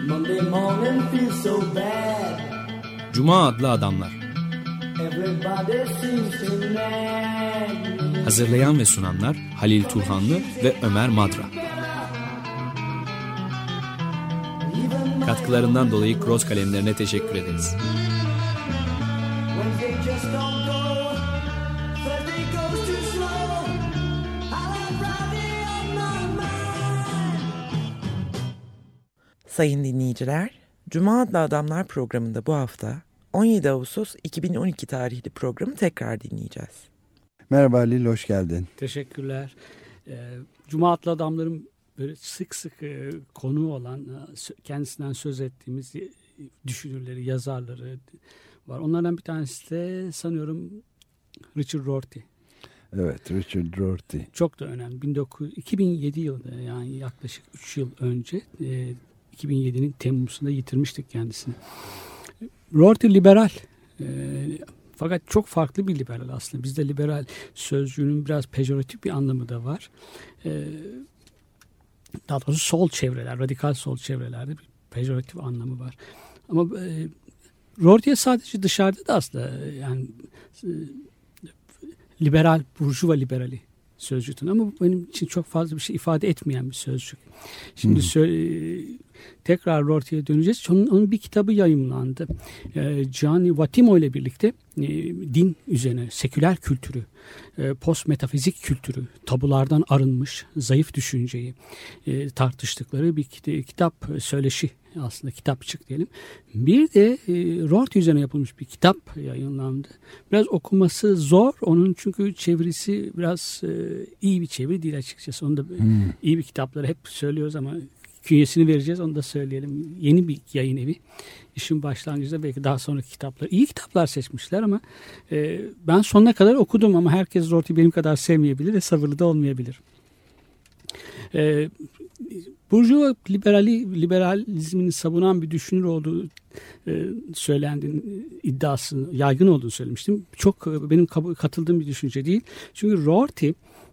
Monday morning feels so bad. Cuma adlı adamlar. Everybody seems to nag me. Hazırlayan ve sunanlar Halil Turhanlı ve Ömer Madra. Katkılarından dolayı Cross kalemlerine teşekkür ederiz. Sayın dinleyiciler, Cuma adlı adamlar programında bu hafta 17 Ağustos 2012 tarihli programı tekrar dinleyeceğiz. Merhaba Halil, hoş geldin. Teşekkürler. Cuma adlı adamların böyle sık sık konu olan, kendisinden söz ettiğimiz düşünürleri, yazarları var. Onlardan bir tanesi de sanıyorum Richard Rorty. Evet, Richard Rorty. Çok da önemli. 2007 yılında, yani yaklaşık 3 yıl önce 2007'nin Temmuz'unda yitirmiştik kendisini. Rorty liberal. Fakat çok farklı bir liberal aslında. Bizde liberal sözcüğünün biraz pejoratif bir anlamı da var. Daha doğrusu sol çevreler, radikal sol çevrelerde bir pejoratif anlamı var. Ama Rorty'ye sadece dışarıda da aslında yani liberal, burjuva liberali sözcüğü. Ama bu benim için çok fazla bir şey ifade etmeyen bir sözcük. Şimdi tekrar Rorty'ye döneceğiz. Onun bir kitabı yayımlandı. Gianni Vattimo ile birlikte din üzerine, seküler kültürü, post metafizik kültürü, tabulardan arınmış zayıf düşünceyi tartıştıkları bir kitap, söyleşi aslında, kitapçık diyelim. Bir de Rorty üzerine yapılmış bir kitap yayınlandı. Biraz okuması zor. Onun çünkü çevirisi biraz iyi bir çeviri değil açıkçası. Onu da iyi bir kitapları hep söylüyoruz ama künyesini vereceğiz, onu da söyleyelim. Yeni bir yayın evi. İşin başlangıcında belki daha sonraki kitaplar. İyi kitaplar seçmişler ama ben sonuna kadar okudum ama herkes Rorty benim kadar sevmeyebilir ve sabırlı da olmayabilir. Burjuva liberalizmini savunan bir düşünür olduğu söylendiğinin iddiası yaygın olduğunu söylemiştim. Çok benim katıldığım bir düşünce değil. Çünkü Rorty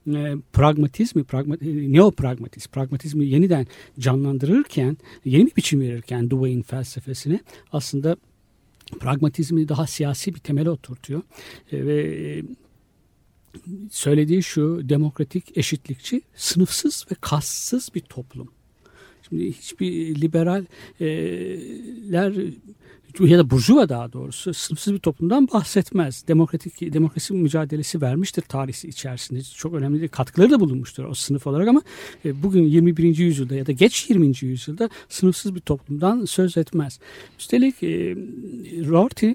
pragmatizmi yeniden canlandırırken, yeni bir biçim verirken Dewey'in felsefesine aslında pragmatizmi daha siyasi bir temele oturtuyor. Ve söylediği şu: demokratik, eşitlikçi, sınıfsız ve kastsız bir toplum. Şimdi hiçbir liberaller ya da burjuva daha doğrusu sınıfsız bir toplumdan bahsetmez. Demokrasi mücadelesi vermiştir tarihi içerisinde. Çok önemli katkıları da bulunmuştur o sınıf olarak ama bugün 21. yüzyılda ya da geç 20. yüzyılda sınıfsız bir toplumdan söz etmez. Üstelik Rorty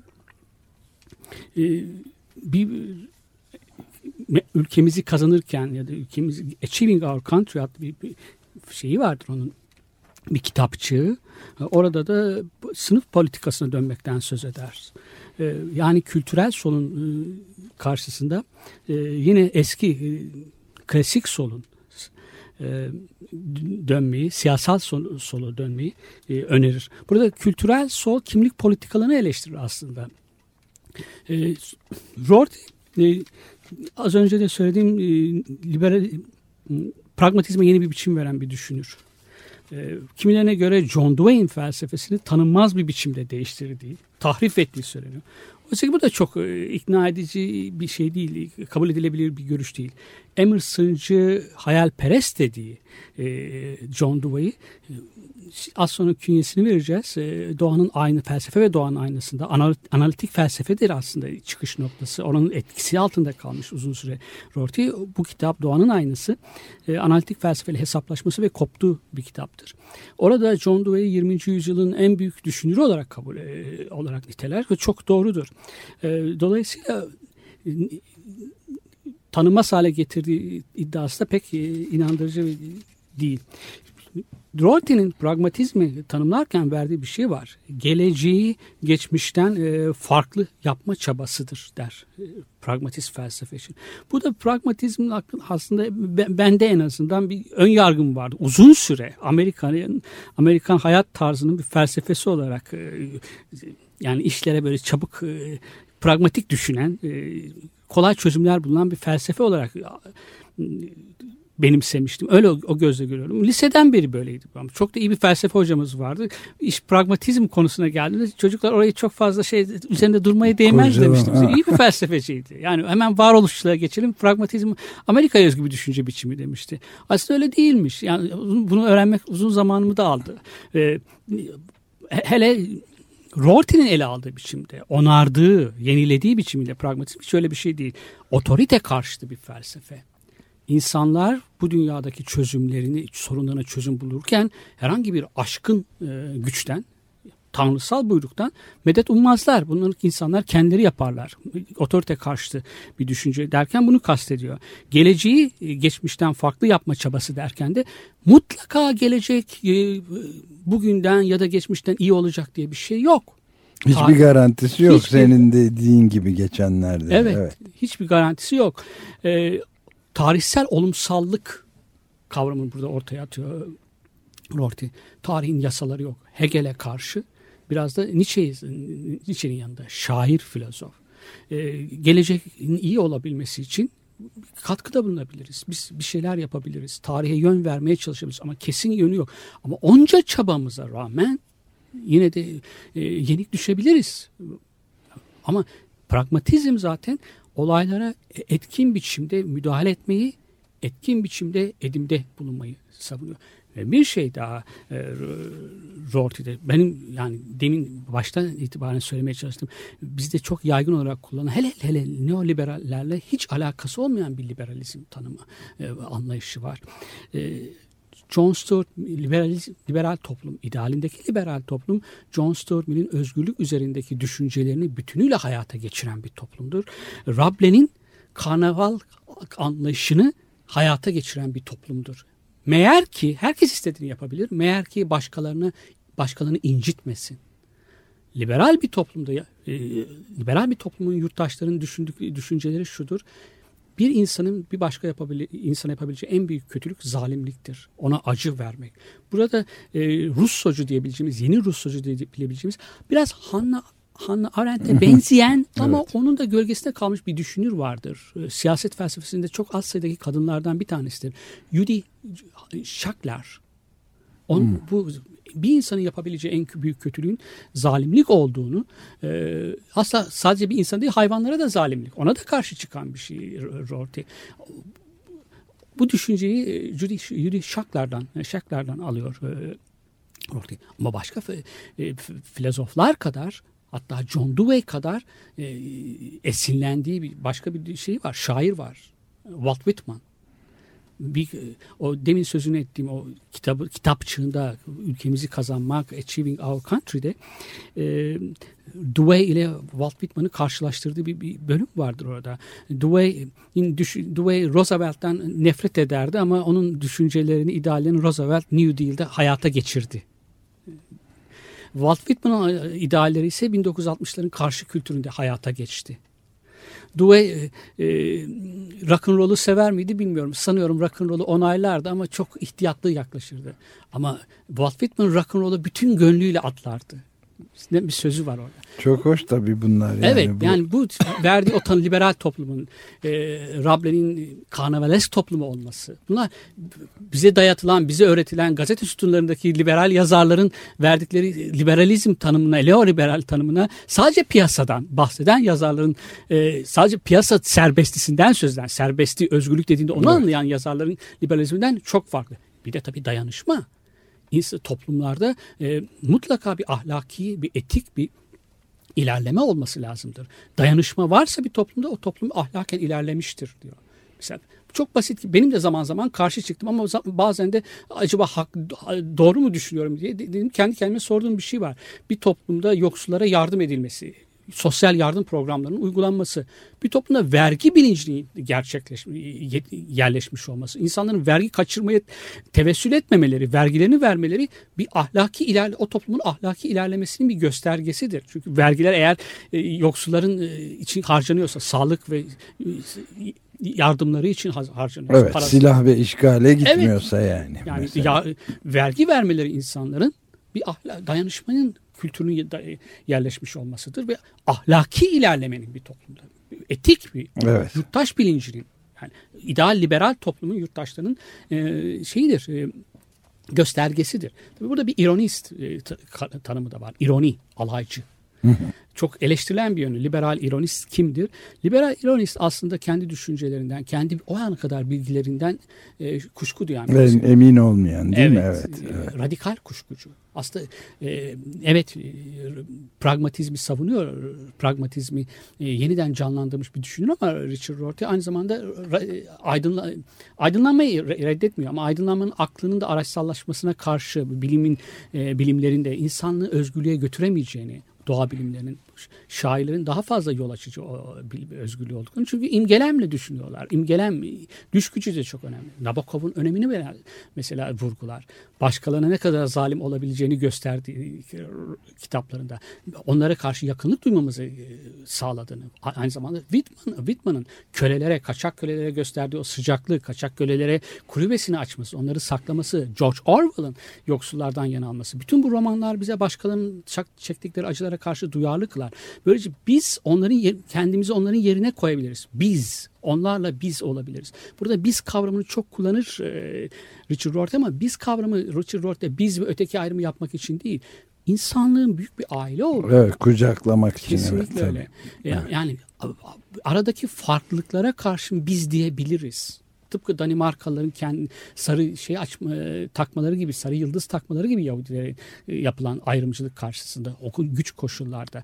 bir ülkemizi kazanırken ya da ülkemizi Achieving Our Country adlı bir şeyi vardır onun, bir kitapçığı. Orada da sınıf politikasına dönmekten söz eder. Yani kültürel solun karşısında yine eski klasik solun dönmeyi, siyasal sola dönmeyi önerir. Burada kültürel sol kimlik politikalarını eleştirir aslında. Rorty az önce de söylediğim liberal pragmatizme yeni bir biçim veren bir düşünür. Kimilerine göre John Dewey'in felsefesini tanınmaz bir biçimde değiştirdiği, tahrif ettiği söyleniyor. Oysa ki bu da çok ikna edici bir şey değil, kabul edilebilir bir görüş değil. Emerson'cı hayalperest dediği John Dewey, az sonra künyesini vereceğiz. Doğanın aynı felsefe ve doğanın aynasında analitik felsefedir aslında çıkış noktası. Oranın etkisi altında kalmış uzun süre Rorty. Bu kitap Doğanın Aynası, analitik felsefeyle hesaplaşması ve koptuğu bir kitaptır. Orada John Dewey 20. yüzyılın en büyük düşünürü olarak olarak niteler ve çok doğrudur. Dolayısıyla tanınmaz hale getirdiği iddiası da pek inandırıcı değil. Rorty'nin pragmatizmi tanımlarken verdiği bir şey var. Geleceği geçmişten farklı yapma çabasıdır der pragmatist felsefe için. Bu da pragmatizmin aslında bende en azından bir ön yargım vardı. Uzun süre Amerikan hayat tarzının bir felsefesi olarak yani işlere böyle çabuk pragmatik düşünen, kolay çözümler bulunan bir felsefe olarak benimsemiştim. Öyle o gözle görüyorum. Liseden beri böyleydi. Çok da iyi bir felsefe hocamız vardı. İş pragmatizm konusuna geldiğinde çocuklar orayı çok fazla üzerinde durmaya değmez demiştim. İyi bir felsefeciydi. Yani hemen varoluşçuluğa geçelim. Pragmatizm Amerika'ya özgü bir düşünce biçimi demişti. Aslında öyle değilmiş. Yani bunu öğrenmek uzun zamanımı da aldı. Hele Rorty'nin ele aldığı biçimde, onardığı, yenilediği biçimiyle pragmatizm hiç öyle bir şey değil. Otorite karşıtı bir felsefe. İnsanlar bu dünyadaki çözümlerini, sorunlarına çözüm bulurken herhangi bir aşkın güçten, tanrısal buyruktan medet ummazlar. Bunları insanlar kendileri yaparlar. Otorite karşıtı bir düşünce derken bunu kastediyor. Geleceği geçmişten farklı yapma çabası derken de mutlaka gelecek bugünden ya da geçmişten iyi olacak diye bir şey yok. Hiçbir garantisi yok senin dediğin gibi geçenlerde. Evet. Hiçbir garantisi yok. Tarihsel olumsallık kavramını burada ortaya atıyor Rorty. Tarihin yasaları yok. Hegel'e karşı biraz da Nietzsche'nin yanında şair filozof. Geleceğin iyi olabilmesi için katkıda bulunabiliriz. Biz bir şeyler yapabiliriz. Tarihe yön vermeye çalışabiliriz ama kesin yönü yok. Ama onca çabamıza rağmen yine de yenik düşebiliriz. Ama pragmatizm zaten olaylara etkin biçimde müdahale etmeyi, etkin biçimde edimde bulunmayı savunuyor. Ve bir şey daha Rorty'de benim yani demin baştan itibaren söylemeye çalıştım. Bizde çok yaygın olarak kullanılan hele neoliberallerle hiç alakası olmayan bir liberalizm tanımı anlayışı var. John Stuart liberal toplum, idealindeki liberal toplum John Stuart Mill'in özgürlük üzerindeki düşüncelerini bütünüyle hayata geçiren bir toplumdur. Rabelaise'nin karnaval anlayışını hayata geçiren bir toplumdur. Meğer ki herkes istediğini yapabilir, meğer ki başkalarını incitmesin. Liberal bir toplumda, liberal bir toplumun yurttaşlarının düşünceleri şudur. Bir insanın bir başka insana yapabileceği en büyük kötülük zalimliktir. Ona acı vermek. Burada Russocu diyebileceğimiz, yeni Russocu diyebileceğimiz biraz Hannah Arendt'e benzeyen ama onun da gölgesinde kalmış bir düşünür vardır. Siyaset felsefesinde çok az sayıdaki kadınlardan bir tanesidir. Judy Schackler. Bu bir insanın yapabileceği en büyük kötülüğün zalimlik olduğunu, asla sadece bir insan değil hayvanlara da zalimlik. Ona da karşı çıkan bir şey Rorty. Bu düşünceyi Judy Schackler'dan alıyor Rorty. Ama başka filozoflar kadar, hatta John Dewey kadar esinlendiği başka bir şey var. Şair var. Walt Whitman. O demin sözünü ettiğim o kitapçığında Ülkemizi Kazanmak, Achieving Our Country'de Dewey ile Walt Whitman'ı karşılaştırdığı bir bölüm vardır orada. Dewey Roosevelt'ten nefret ederdi ama onun düşüncelerini, ideallerini Roosevelt New Deal'de hayata geçirdi. Walt Whitman'ın idealleri ise 1960'ların karşı kültüründe hayata geçti. Dewey rock'n'roll'u sever miydi bilmiyorum. Sanıyorum rock'n'roll'u onaylardı ama çok ihtiyatlı yaklaşırdı. Ama Walt Whitman rock'n'roll'u bütün gönlüyle atlardı. Bir sözü var orada. Çok hoş tabii bunlar. Yani evet yani bu verdiği o liberal toplumun Rabelaise'nin karnavalesk toplumu olması. Bunlar bize dayatılan, bize öğretilen gazete sütunlarındaki liberal yazarların verdikleri liberalizm tanımına, neoliberal tanımına sadece piyasadan bahseden yazarların sadece piyasa serbestisinden söz eden, serbestliği, özgürlük dediğinde onu anlayan yazarların liberalizminden çok farklı. Bir de tabii dayanışma. Toplumlarda mutlaka bir ahlaki, bir etik, bir ilerleme olması lazımdır. Dayanışma varsa bir toplumda o toplum ahlaken ilerlemiştir diyor. Mesela çok basit, benim de zaman zaman karşı çıktım ama bazen de acaba doğru mu düşünüyorum diye dedim, kendi kendime sorduğum bir şey var. Bir toplumda yoksullara yardım edilmesi, sosyal yardım programlarının uygulanması, bir toplumda vergi bilincinin yerleşmiş olması, insanların vergi kaçırmaya tevessül etmemeleri, vergilerini vermeleri bir o toplumun ahlaki ilerlemesinin bir göstergesidir. Çünkü vergiler eğer yoksulların için harcanıyorsa, sağlık ve yardımları için harcanıyorsa, evet, silah ve işgale gitmiyorsa yani. Yani vergi vermeleri insanların bir dayanışmanın kültürünün yerleşmiş olmasıdır ve ahlaki ilerlemenin bir toplumda, etik bir yurttaş bilincinin, Yani ideal liberal toplumun yurttaşlarının şeyidir, göstergesidir. Tabii burada bir ironist tanımı da var. İroni, alaycı. Çok eleştirilen bir yönü. Liberal ironist kimdir? Liberal ironist aslında kendi düşüncelerinden, kendi o ana kadar bilgilerinden kuşku duyan. Emin olmayan değil mi? Evet. Radikal kuşkucu. Aslında evet, pragmatizmi savunuyor. Pragmatizmi yeniden canlandırmış bir düşünür ama Richard Rorty aynı zamanda aydınlanmayı reddetmiyor. Ama aydınlanmanın aklının da araçsallaşmasına karşı bilimlerin de insanlığı özgürlüğe götüremeyeceğini, doğa bilimlerinin, şairlerin daha fazla yol açıcı özgürlüğü olduklarını. Çünkü imgelemle düşünüyorlar. İmgelem, düş gücü de çok önemli. Nabokov'un önemini mesela vurgular. Başkalarına ne kadar zalim olabileceğini gösterdiği kitaplarında. Onlara karşı yakınlık duymamızı sağladığını. Aynı zamanda Whitman'ın kaçak kölelere gösterdiği o sıcaklığı, kaçak kölelere kulübesini açması, onları saklaması, George Orwell'ın yoksullardan yana alması. Bütün bu romanlar bize başkalarının çektikleri acılara karşı duyarlı kılar. Böylece biz kendimizi onların yerine koyabiliriz. Onlarla biz olabiliriz. Burada biz kavramını çok kullanır Richard Rorty ama biz kavramı Richard Rorty biz ve öteki ayrımı yapmak için değil. İnsanlığın büyük bir aile olduğu. Evet, kucaklamak için. Kesinlikle öyle. Yani aradaki farklılıklara karşı biz diyebiliriz. Tıpkı Danimarkalıların kendi sarı takmaları gibi, sarı yıldız takmaları gibi Yahudilere yapılan ayrımcılık karşısında, o güç koşullarda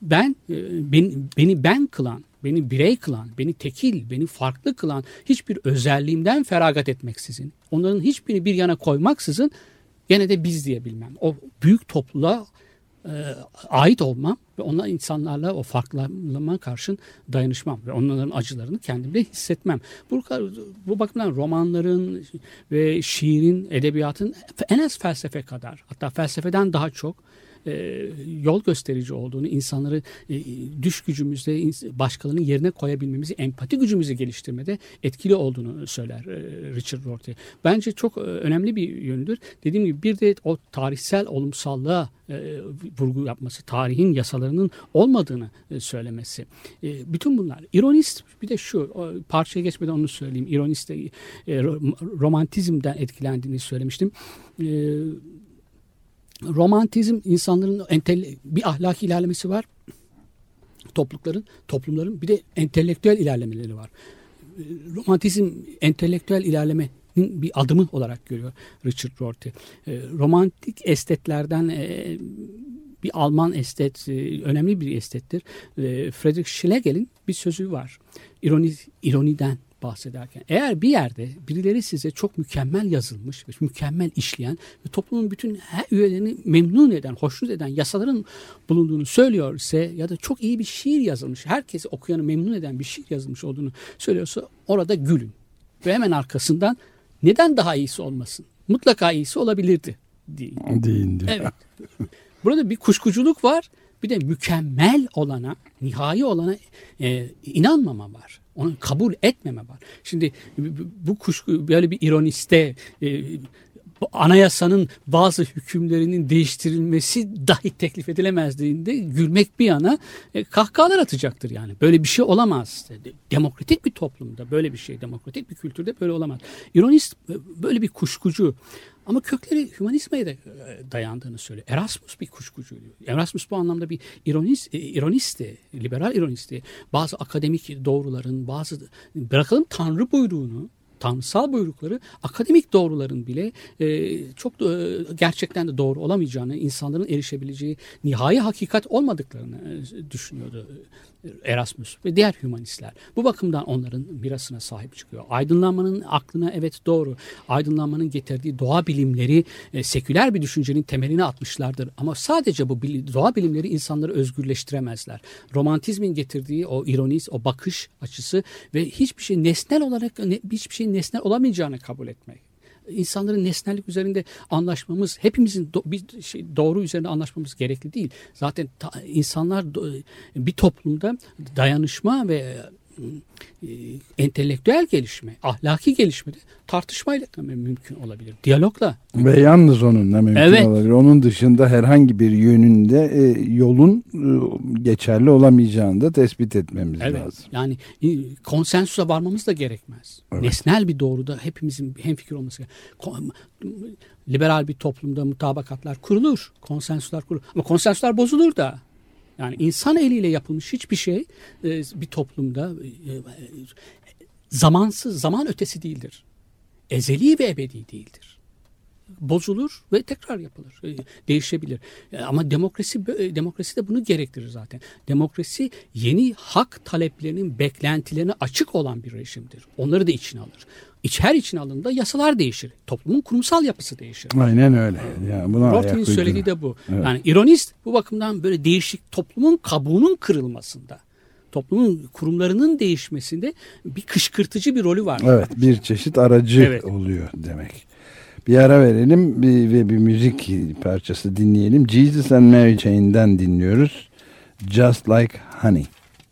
beni ben kılan, beni birey kılan, beni tekil, beni farklı kılan hiçbir özelliğimden feragat etmeksizin, onların hiçbirini bir yana koymaksızın gene de biz diyebilmem. O büyük topluluğa ait olmam ve onlar insanlarla o farklılaşma karşın dayanışmam ve onların acılarını kendimde hissetmem. Bu bakımdan romanların ve şiirin, edebiyatın en az felsefe kadar, hatta felsefeden daha çok yol gösterici olduğunu, insanları düş gücümüzde başkalarının yerine koyabilmemizi, empati gücümüzü geliştirmede etkili olduğunu söyler Richard Rorty. Bence çok önemli bir yönüdür. Dediğim gibi bir de o tarihsel olumsallığa vurgu yapması, tarihin yasalarının olmadığını söylemesi. Bütün bunlar. İronist, bir de şu, parçaya geçmeden onu söyleyeyim. İronist de romantizmden etkilendiğini söylemiştim. Romantizm insanların bir ahlaki ilerlemesi var. Toplumların bir de entelektüel ilerlemeleri var. Romantizm entelektüel ilerlemenin bir adımı olarak görüyor Richard Rorty. Romantik estetlerden bir Alman estet, önemli bir estettir. Friedrich Schlegel'in bir sözü var. İroniden bahsederken. Eğer bir yerde birileri size çok mükemmel yazılmış ve mükemmel işleyen ve toplumun bütün her üyelerini memnun eden, hoşnut eden yasaların bulunduğunu söylüyor ise ya da çok iyi bir şiir yazılmış, herkesi okuyanı memnun eden bir şiir yazılmış olduğunu söylüyorsa orada gülün. Ve hemen arkasından neden daha iyisi olmasın? Mutlaka iyisi olabilirdi deyin. Evet. Burada bir kuşkuculuk var. Bir de mükemmel olana, nihai olana inanmama var. Onu kabul etmeme var. Şimdi bu kuşku böyle bir ironiste anayasanın bazı hükümlerinin değiştirilmesi dahi teklif edilemezdiğinde gülmek bir yana kahkahalar atacaktır yani. Böyle bir şey olamaz. Demokratik bir toplumda böyle bir şey, demokratik bir kültürde böyle olamaz. İronist böyle bir kuşkucu. Ama kökleri hümanizme de dayandığını söylüyor. Erasmus bir kuşkucuydu. Erasmus bu anlamda bir ironisti, liberal ironisti. Bazı akademik doğruların, bırakalım Tanrı buyruğunu, tanrısal buyrukları, akademik doğruların bile çok gerçekten de doğru olamayacağını, insanların erişebileceği nihai hakikat olmadıklarını düşünüyordu Erasmus ve diğer hümanistler. Bu bakımdan onların mirasına sahip çıkıyor. Aydınlanmanın aklına evet doğru. Aydınlanmanın getirdiği doğa bilimleri seküler bir düşüncenin temelini atmışlardır. Ama sadece bu doğa bilimleri insanları özgürleştiremezler. Romantizmin getirdiği o ironist, o bakış açısı ve hiçbir şey nesnel olarak hiçbir şeyin nesnel olamayacağını kabul etmek. İnsanların nesnellik üzerinde anlaşmamız, hepimizin doğru üzerinde anlaşmamız gerekli değil. Zaten insanlar bir toplumda dayanışma ve entelektüel gelişme, ahlaki gelişme de tartışmayla mümkün olabilir. Diyalogla. Ve yalnız onunla mümkün olabilir. Onun dışında herhangi bir yönünde yolun geçerli olamayacağını da tespit etmemiz lazım. Yani konsensüse varmamız da gerekmez. Evet. Nesnel bir doğruda hepimizin hemfikir olması gerekir. Liberal bir toplumda mutabakatlar kurulur. Konsensüsler kurulur. Ama konsensüsler bozulur da. Yani insan eliyle yapılmış hiçbir şey bir toplumda zaman ötesi değildir. Ezeli ve ebedi değildir. Bozulur ve tekrar yapılır. Değişebilir. Ama demokrasi de bunu gerektirir zaten. Demokrasi yeni hak taleplerinin beklentilerine açık olan bir rejimdir. Onları da içine alır. Her içine alındığında yasalar değişir. Toplumun kurumsal yapısı değişir. Aynen öyle. Yani Rorty'nin söylediği de bu. Evet. Yani ironist bu bakımdan böyle değişik toplumun kabuğunun kırılmasında, toplumun kurumlarının değişmesinde bir kışkırtıcı bir rolü var. Evet, bir çeşit aracı oluyor demek. Bir ara verelim ve bir müzik parçası dinleyelim. Jesus and Mary Chain'den dinliyoruz. Just Like Honey.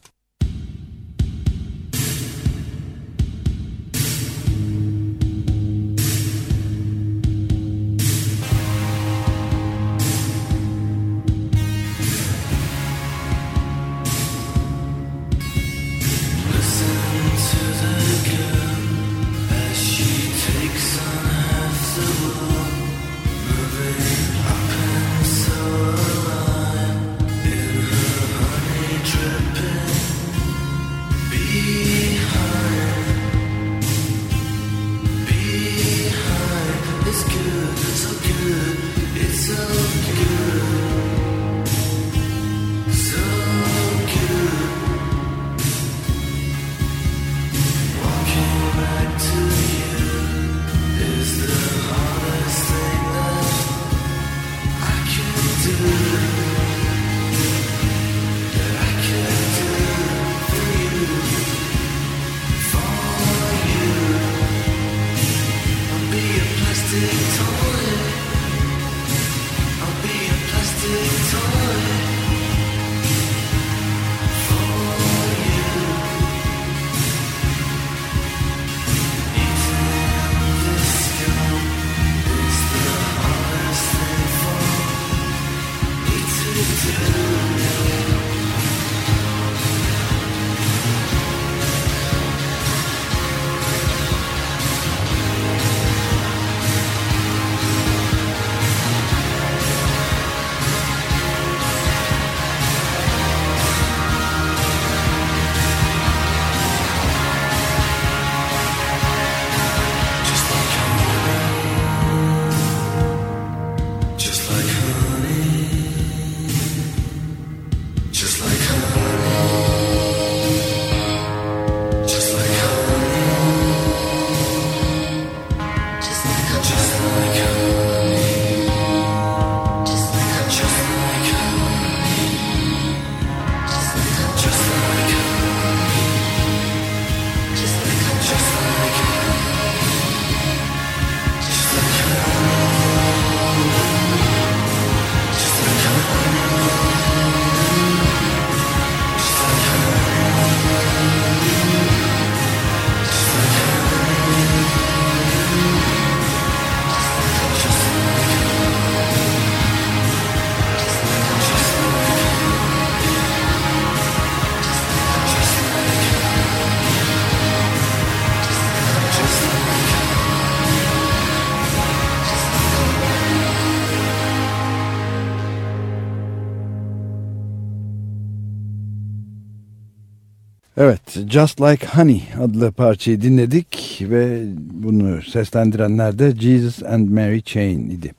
Evet, Just Like Honey adlı parçayı dinledik ve bunu seslendirenler de Jesus and Mary Chain idi.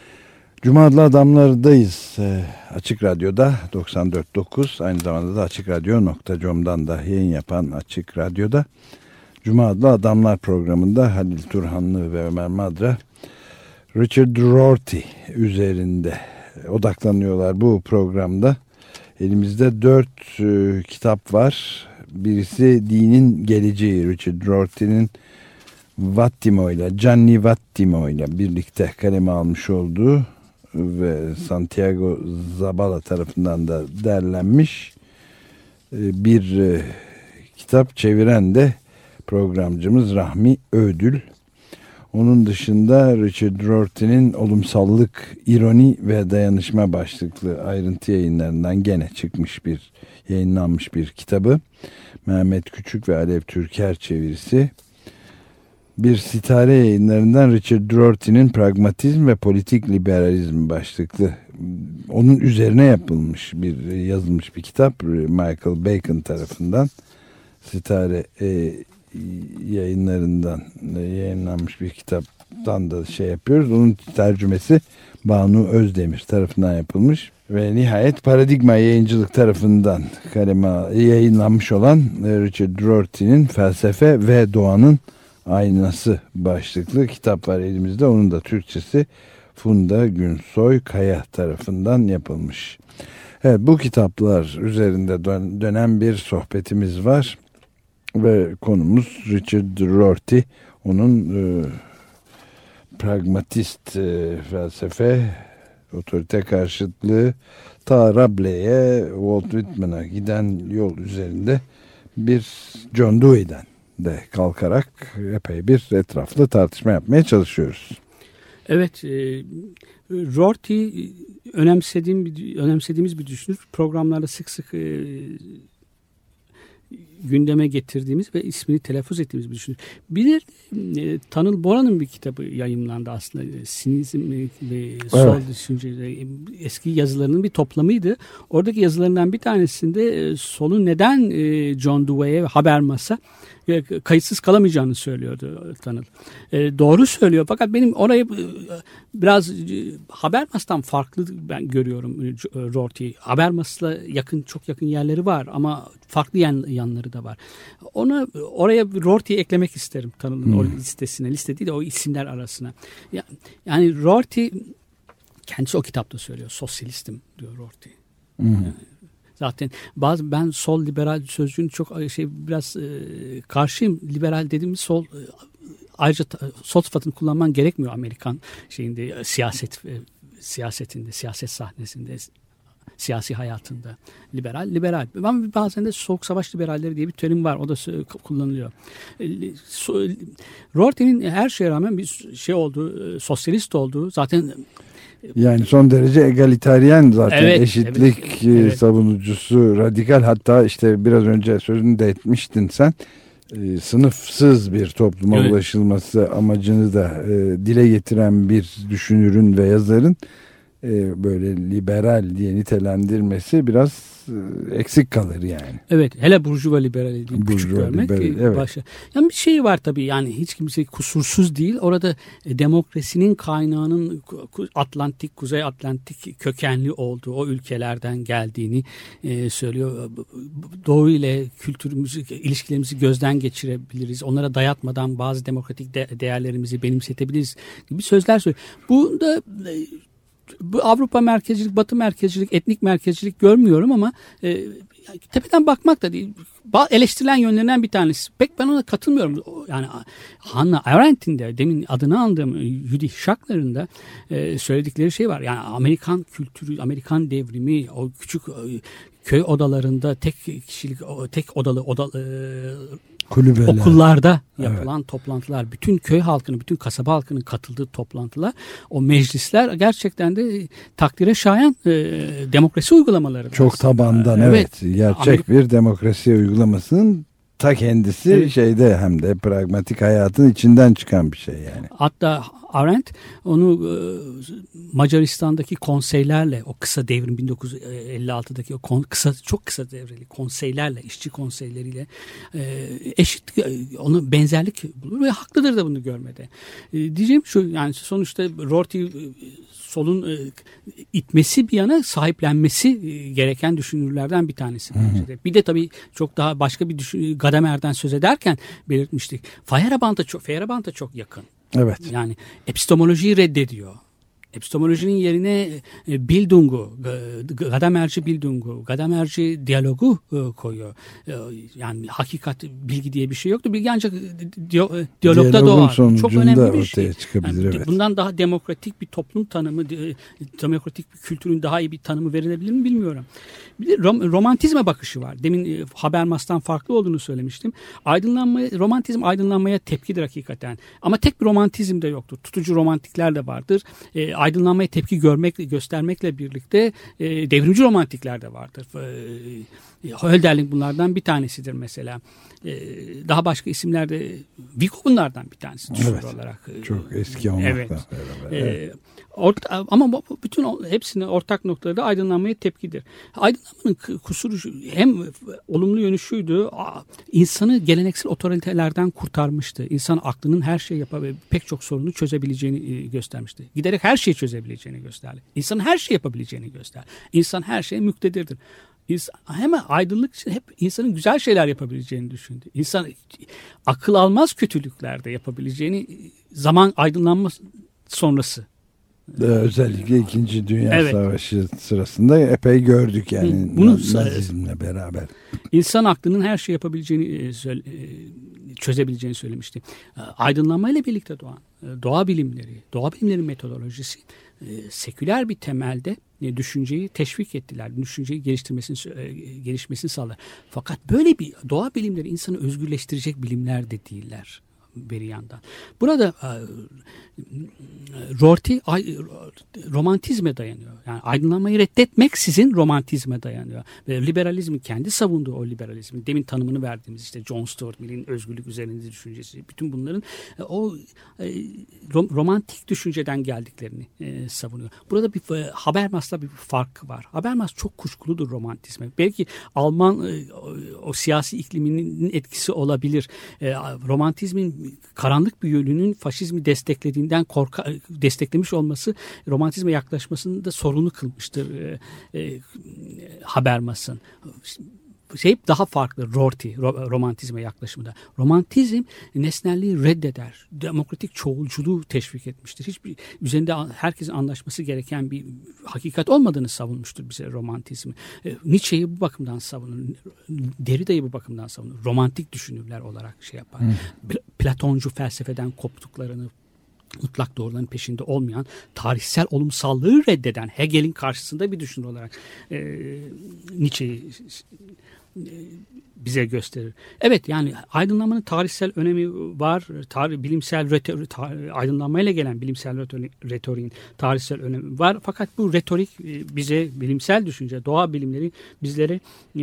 Cuma adlı adamlardayız. Açık Radyo'da 94.9, aynı zamanda da açıkradyo.com'dan da yayın yapan Açık Radyo'da Cuma adlı Adamlar programında Halil Turhanlı ve Ömer Madra Richard Rorty üzerinde odaklanıyorlar bu programda. Elimizde 4 kitap var. Birisi Dinin Geleceği, Richard Rorty'nin Vattimo ile, Gianni Vattimo ile birlikte kaleme almış olduğu ve Santiago Zabala tarafından da derlenmiş bir kitap. Çeviren de programcımız Rahmi Ödül. Onun dışında Richard Rorty'nin Olumsallık, İroni ve Dayanışma başlıklı ayrıntı yayınlarından gene yayınlanmış bir kitabı. Mehmet Küçük ve Alev Türker çevirisi. Bir Sitare yayınlarından Richard Rorty'nin Pragmatizm ve Politik Liberalizm başlıklı, onun üzerine yazılmış bir kitap. Michael Bacon tarafından Sitare yayınlarından yayınlanmış bir kitaptan da yapıyoruz. Onun tercümesi Banu Özdemir tarafından yapılmış ve nihayet Paradigma Yayıncılık tarafından yayınlanmış olan Richard Rorty'nin Felsefe ve Doğanın Aynası başlıklı kitap var elimizde. Onun da Türkçesi Funda Günsoy Kaya tarafından yapılmış. Evet, bu kitaplar üzerinde dönen bir sohbetimiz var. Ve konumuz Richard Rorty. Onun pragmatist felsefe, otorite karşıtlığı, ta Rabelaise'ye, Walt Whitman'a giden yol üzerinde bir John Dewey'den de kalkarak epey bir etraflı tartışma yapmaya çalışıyoruz. Evet, Rorty önemsediğimiz bir düşünür. Programlarda sık sık gündeme getirdiğimiz ve ismini telaffuz ettiğimiz bir düşünür. Bir Tanıl Bora'nın bir kitabı yayımlandı aslında. Sinizm ve sol düşünceleri, eski yazılarının bir toplamıydı. Oradaki yazılarından bir tanesinde solun neden John Dewey'e, Habermas'a kayıtsız kalamayacağını söylüyordu Tanıl. Doğru söylüyor, fakat benim orayı biraz Habermas'tan farklı ben görüyorum Rorty'yi. Habermas'la çok yakın yerleri var ama farklı yanları da var. Oraya Rorty'yi eklemek isterim Tanıl'ın o listesine. Liste değil de o isimler arasına. Yani Rorty kendisi o kitapta söylüyor. Sosyalistim diyor Rorty. Yani, zaten ben sol liberal sözcüğünü çok biraz karşıyım. Liberal dediğimiz sol, ayrıca sol sıfatını kullanman gerekmiyor Amerikan siyasetinde, siyaset sahnesinde, siyasi hayatında. Liberal. Ben bazen de soğuk savaş liberalleri diye bir terim var. O da kullanılıyor. Rorty'nin her şeye rağmen bir olduğu, sosyalist olduğu zaten. Yani son derece egaliteryen zaten, evet, eşitlik evet. Savunucusu, radikal, hatta işte biraz önce sözünü de etmiştin sen, sınıfsız bir topluma ulaşılması amacını da dile getiren bir düşünürün ve yazarın böyle liberal diye nitelendirmesi biraz eksik kalır yani. Evet, hele burjuva liberali değil, küçük görmek. Evet. Yani bir şey var tabii, yani hiç kimse kusursuz değil. Orada demokrasinin kaynağının Kuzey Atlantik kökenli olduğu, o ülkelerden geldiğini söylüyor. Doğu ile ilişkilerimizi gözden geçirebiliriz. Onlara dayatmadan bazı demokratik değerlerimizi benimsetebiliriz gibi sözler söylüyor. Bu Avrupa merkezcilik, Batı merkezcilik, etnik merkezcilik görmüyorum ama tepeden bakmak da değil. Eleştirilen yönlerinden bir tanesi. Pek ben ona katılmıyorum. Yani Hannah Arendt'in de demin adını andığım Judith Schachner'ın da söyledikleri şey var. Yani Amerikan kültürü, Amerikan devrimi, o küçük köy odalarında tek odalı kulübeler, okullarda yapılan toplantılar, bütün köy halkının, bütün kasaba halkının katıldığı toplantılar, o meclisler gerçekten de takdire şayan demokrasi uygulamaları. Çok tabandan, evet. Gerçek bir demokrasi uygulamasının ta kendisi hem de pragmatik hayatın içinden çıkan bir şey yani. Hatta Arendt onu Macaristan'daki konseylerle, o kısa devrim 1956'daki o çok kısa devreli konseylerle, işçi konseyleriyle eşit, onu benzerlik bulur ve haklıdır da bunu görmede. Diyeceğim şu, yani sonuçta Rorty solun itmesi bir yana sahiplenmesi gereken düşünürlerden bir tanesi. Bir de tabii çok daha başka bir Gadamer'den söz ederken belirtmiştik. Feyerabend'a çok yakın. Evet. Yani epistemolojiyi reddediyor. Epistemolojinin yerine Bildung'u, Gadamerci Bildung'u, Gadamerci diyalogu koyuyor. Yani hakikat, bilgi diye bir şey yoktu. Bilgi ancak diyalogda doğar. Çok önemli bir şey. Yani evet. Bundan daha demokratik bir toplum tanımı, demokratik bir kültürün daha iyi bir tanımı verilebilir mi bilmiyorum. Bir de romantizme bakışı var. Demin Habermas'tan farklı olduğunu söylemiştim. Romantizm aydınlanmaya tepkidir hakikaten. Ama tek bir romantizm de yoktur. Tutucu romantikler de vardır. Aydınlanmaya tepki göstermekle birlikte devrimci romantikler de vardır. Hölderlin bunlardan bir tanesidir mesela. Daha başka isimler de Vico bunlardan bir tanesi evet, olarak. Çok eski olmakla evet. beraber. Ama bütün hepsinin ortak noktaları da aydınlanmaya tepkidir. Aydınlanmanın kusuru hem olumlu yönü şuydu, insanı geleneksel otoritelerden kurtarmıştı. İnsan aklının her şeyi pek çok sorunu çözebileceğini göstermişti. Giderek her şeyi çözebileceğini gösterdi. İnsanın her şeyi yapabileceğini gösterdi. İnsan her şeye müktedirdir. Hemen aydınlık hep insanın güzel şeyler yapabileceğini düşündü. İnsan akıl almaz kötülükler de yapabileceğini zaman aydınlanma sonrası. Özellikle 2. Dünya Savaşı sırasında epey gördük yani bunu Nazizmle beraber. İnsan aklının her şeyi yapabileceğini, çözebileceğini söylemişti. Aydınlanmayla birlikte doğan doğa bilimleri metodolojisi seküler bir temelde düşünceyi teşvik ettiler. Düşünceyi gelişmesini sağlar. Fakat böyle bir doğa bilimleri insanı özgürleştirecek bilimler de değiller bir yandan. Burada Rorty romantizme dayanıyor. Yani aydınlanmayı reddetmeksizin romantizme dayanıyor. Ve liberalizmin kendi savunduğu o liberalizmin demin tanımını verdiğimiz işte John Stuart Mill'in özgürlük üzerinde düşüncesi, bütün bunların o romantik düşünceden geldiklerini savunuyor. Burada bir Habermas'la bir fark var. Habermas çok kuşkuludur romantizme. Belki Alman o siyasi ikliminin etkisi olabilir. Romantizmin karanlık bir yönünün faşizmi desteklemiş olması romantizme yaklaşmasını da sorunlu kılmıştır Habermas'ın. Daha farklı Rorty romantizme yaklaşımında. Romantizm nesnelliği reddeder. Demokratik çoğulculuğu teşvik etmiştir. Hiçbir üzerinde herkesin anlaşması gereken bir hakikat olmadığını savunmuştur bize romantizmi. Nietzsche'yi bu bakımdan savunur. Derrida'yı bu bakımdan savunur. Romantik düşünürler olarak yapar. Platoncu felsefeden koptuklarını, mutlak doğruların peşinde olmayan, tarihsel olumsallığı reddeden Hegel'in karşısında bir düşünür olarak Nietzsche'yi bize gösterir. Evet, yani aydınlanmanın tarihsel önemi var. Bilimsel aydınlanmayla gelen bilimsel retoriğin tarihsel önemi var. Fakat bu retorik bize bilimsel düşünce, doğa bilimleri bizlere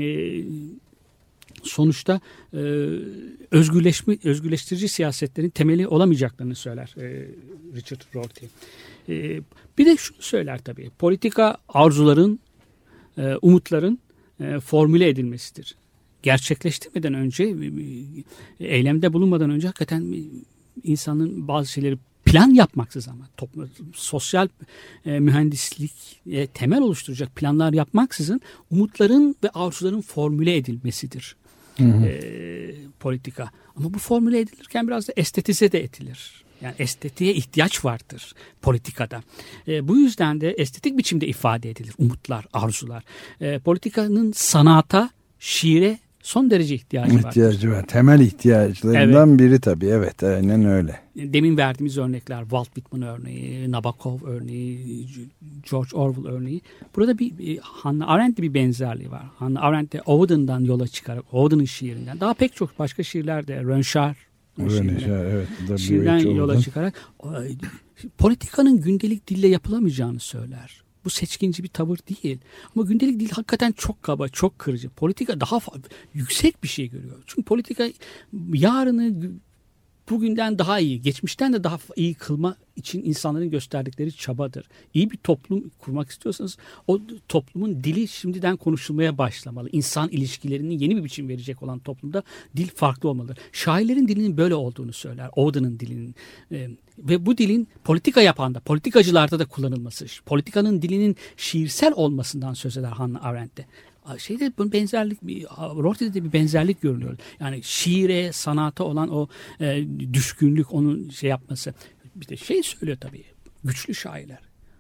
sonuçta özgürleştirici siyasetlerin temeli olamayacaklarını söyler Richard Rorty. Bir de şunu söyler tabii. Politika arzuların, umutların formüle edilmesidir. Gerçekleştirmeden önce, eylemde bulunmadan önce hakikaten insanın bazı şeyleri plan yapmaksızın ama sosyal mühendislik temel oluşturacak planlar yapmaksızın umutların ve arzuların formüle edilmesidir. Politika. Ama bu formüle edilirken biraz da estetize de edilir. Yani estetiğe ihtiyaç vardır politikada. Bu yüzden de estetik biçimde ifade edilir umutlar, arzular. Politikanın sanata, şiire son derece ihtiyacı var. Temel ihtiyaçlarından biri tabii. Evet, aynen öyle. Demin verdiğimiz örnekler, Walt Whitman örneği, Nabokov örneği, George Orwell örneği. Burada bir Hannah Arendt'le bir benzerliği var. Hannah Arendt'le Auden'dan yola çıkarak, Auden'ın şiirinden, daha pek çok başka şiirler de, Rönnşar şiirden yola çıkarak politikanın gündelik dille yapılamayacağını söyler. Bu seçkinci bir tavır değil. Ama gündelik dil hakikaten çok kaba, çok kırıcı. Politika daha yüksek bir şey görüyor. Çünkü politika yarını bugünden daha iyi, geçmişten de daha iyi kılma için insanların gösterdikleri çabadır. İyi bir toplum kurmak istiyorsanız o toplumun dili şimdiden konuşulmaya başlamalı. İnsan ilişkilerinin yeni bir biçim verecek olan toplumda dil farklı olmalıdır. Şairlerin dilinin böyle olduğunu söyler. Auden'ın dilinin ve bu dilin politika yapanda, politikacılarda da kullanılması, politikanın dilinin şiirsel olmasından söz eder Hannah Arendt'te. Bu benzerlik, Rorty'de de bir benzerlik görülüyor. Yani şiire, sanata olan o düşkünlük, onun yapması. Bir de söylüyor tabii. Güçlü şairler.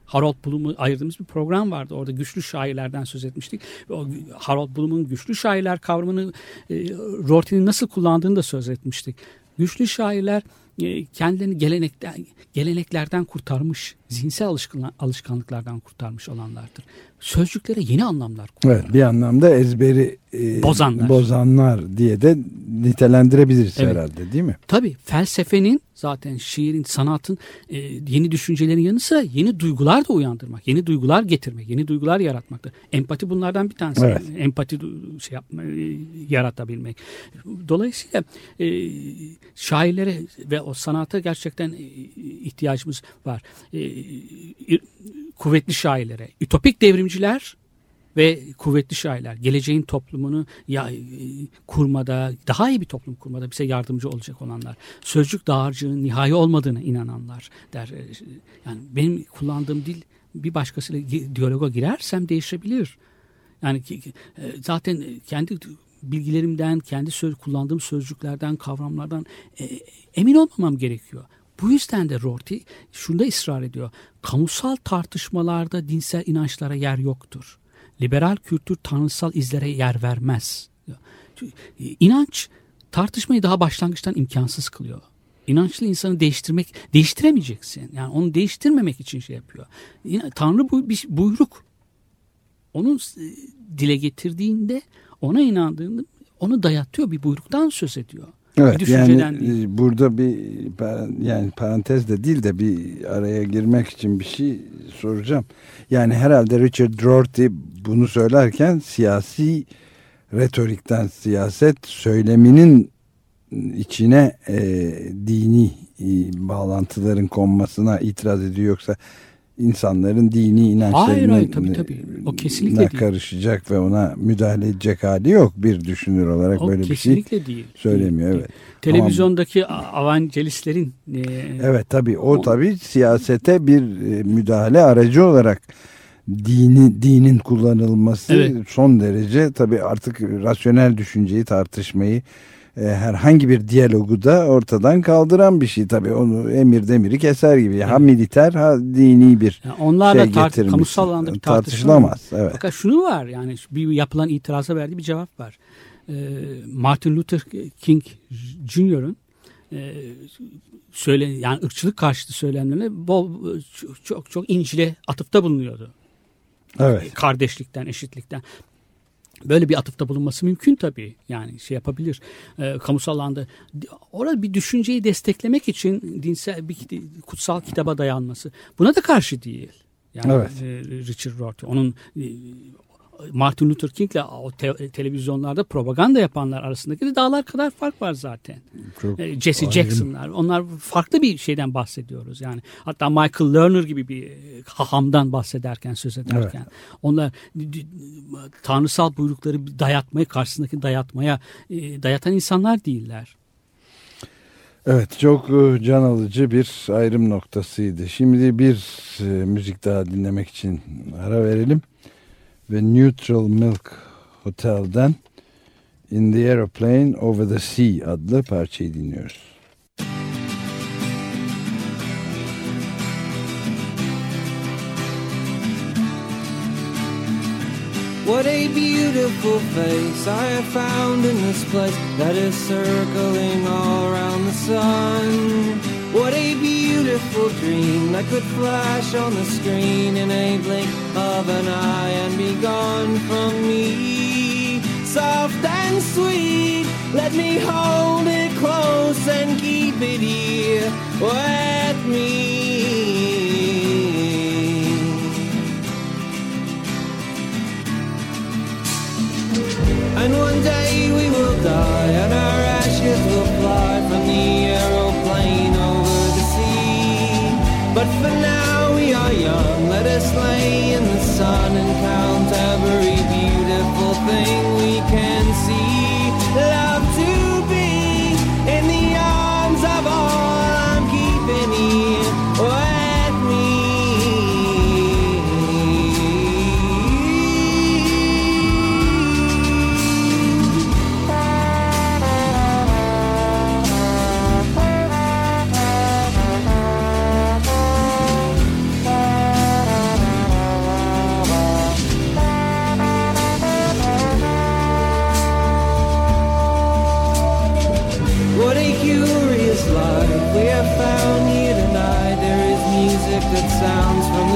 Harold Bloom'u ayırdığımız bir program vardı. Orada güçlü şairlerden söz etmiştik. O Harold Bloom'un güçlü şairler kavramını Rorty'nin nasıl kullandığını da söz etmiştik. Güçlü şairler kendilerini geleneklerden kurtarmış, zihinsel alışkanlıklardan kurtarmış olanlardır. Sözcüklere yeni anlamlar koyuyorlar. Evet, bir anlamda ezberi bozanlar diye de nitelendirebiliriz herhalde, değil mi? Tabii felsefenin, zaten şiirin, sanatın yeni düşüncelerin yanı sıra yeni duygular da uyandırmak, yeni duygular getirmek, yeni duygular yaratmaktır. Empati bunlardan bir tanesi. Evet. Empati yaratabilmek. Dolayısıyla şairlere ve o sanata gerçekten ihtiyacımız var. Kuvvetli şairlere, ütopik devrimciler ve kuvvetli şairler, geleceğin toplumunu kurmada, daha iyi bir toplum kurmada bize yardımcı olacak olanlar. Sözcük dağarcığının nihai olmadığına inananlar der. Yani benim kullandığım dil bir başkasıyla diyaloga girersem değişebilir. Yani zaten kendi bilgilerimden, kendi kullandığım sözcüklerden, kavramlardan emin olmamam gerekiyor. Bu yüzden de Rorty şunda ısrar ediyor. Kamusal tartışmalarda dinsel inançlara yer yoktur. Liberal kültür tanrısal izlere yer vermez. İnanç tartışmayı daha başlangıçtan imkansız kılıyor. İnançlı insanı değiştiremeyeceksin. Yani onu değiştirmemek için şey yapıyor. Tanrı bir buyruk. Onun dile getirdiğinde, ona inandığında onu dayatıyor, bir buyruktan söz ediyor. Evet, yani burada bir parantez de değil de bir araya girmek için bir şey soracağım. Yani herhalde Richard Rorty bunu söylerken siyasi retorikten, siyaset söyleminin içine dini bağlantıların konmasına itiraz ediyor, yoksa insanların dini inançlarına tabii. karışacak ve ona müdahale edecek hali yok, bir düşünür olarak böyle bir şey değil. Söylemiyor. Evet. Televizyondaki evangelistlerin evet, tabii o tabii siyasete bir müdahale aracı olarak dinin kullanılması son derece, tabii artık rasyonel düşünceyi, tartışmayı, herhangi bir diyalogu da ortadan kaldıran bir şey. Tabii onu emir demiri keser gibi. Ha militer, ha dini bir onlarla getirmiş. Kamusal alanda bir tartışılamaz. Evet. Fakat şunu var, yani bir yapılan itiraza verdiği bir cevap var. Martin Luther King Jr.'ın yani ırkçılık karşıtı söylemlerine çok İncil'e atıfta bulunuyordu. Evet. Kardeşlikten, eşitlikten. Böyle bir atıfta bulunması mümkün tabii. Yani şey yapabilir. Kamusal alanda orada bir düşünceyi desteklemek için dinsel bir kutsal kitaba dayanması. Buna da karşı değil. Yani Richard Rorty. Onun Martin Luther King'le o televizyonlarda propaganda yapanlar arasındaki de dağlar kadar fark var zaten. Jesse Jackson'lar. Onlar farklı bir şeyden bahsediyoruz. Yani hatta Michael Lerner gibi bir hahamdan bahsederken, söz ederken. Evet. Onlar tanrısal buyrukları dayatmaya, karşısındaki dayatan insanlar değiller. Evet, çok can alıcı bir ayrım noktasıydı. Şimdi bir müzik daha dinlemek için ara verelim. Ve Neutral Milk Hotel'den In the Aeroplane Over the Sea adlı parçayı dinliyoruz. What a beautiful face I have found in this place that is circling all around the sun. What a beautiful dream that could flash on the screen in a blink of an eye and be gone from me. Soft and sweet, let me hold it close and keep it here with me. And one day we will die and our ashes will fly from the aeroplane over the sea. But for now we are young, let us lay in the sun and count every beautiful thing we can see. Love to be in the arms of all I'm keeping here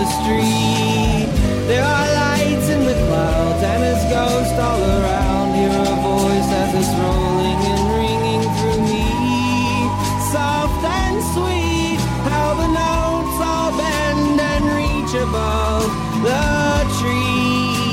the street. There are lights in the clouds and there's ghosts all around. Hear a voice as it's rolling and ringing through me. Soft and sweet, how the notes all bend and reach above the tree.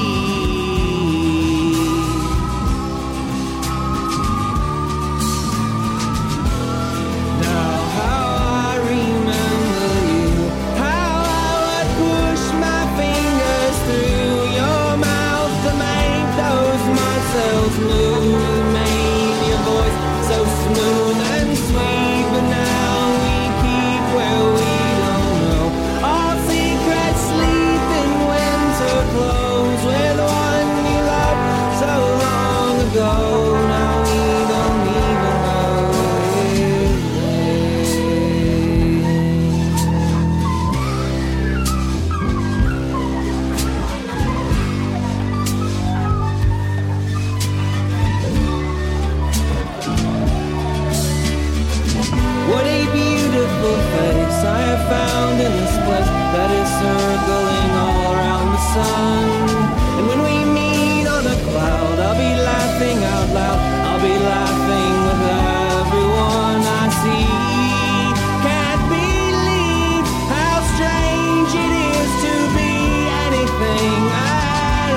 Circling all around the sun. And when we meet on a cloud, I'll be laughing out loud. I'll be laughing with everyone I see. Can't believe how strange it is to be anything at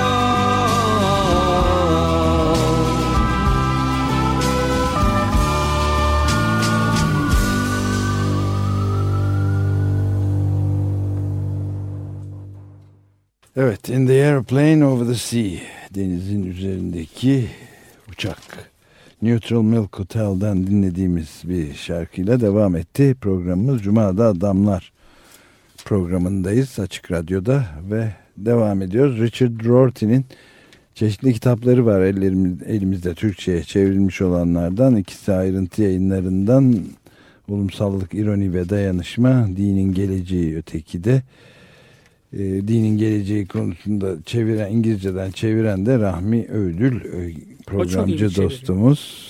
all. Evet, In the Airplane Over the Sea, denizin üzerindeki uçak. Neutral Milk Hotel'den dinlediğimiz bir şarkıyla devam etti. Programımız Cuma'da Adamlar programındayız Açık Radyo'da ve devam ediyoruz. Richard Rorty'nin çeşitli kitapları var elimizde, Türkçe'ye çevrilmiş olanlardan. İkisi Ayrıntı Yayınlarından, Olumsallık, İroni ve Dayanışma, Dinin Geleceği, öteki de Dinin Geleceği konusunda İngilizceden çeviren de Rahmi Ödül, programcı dostumuz.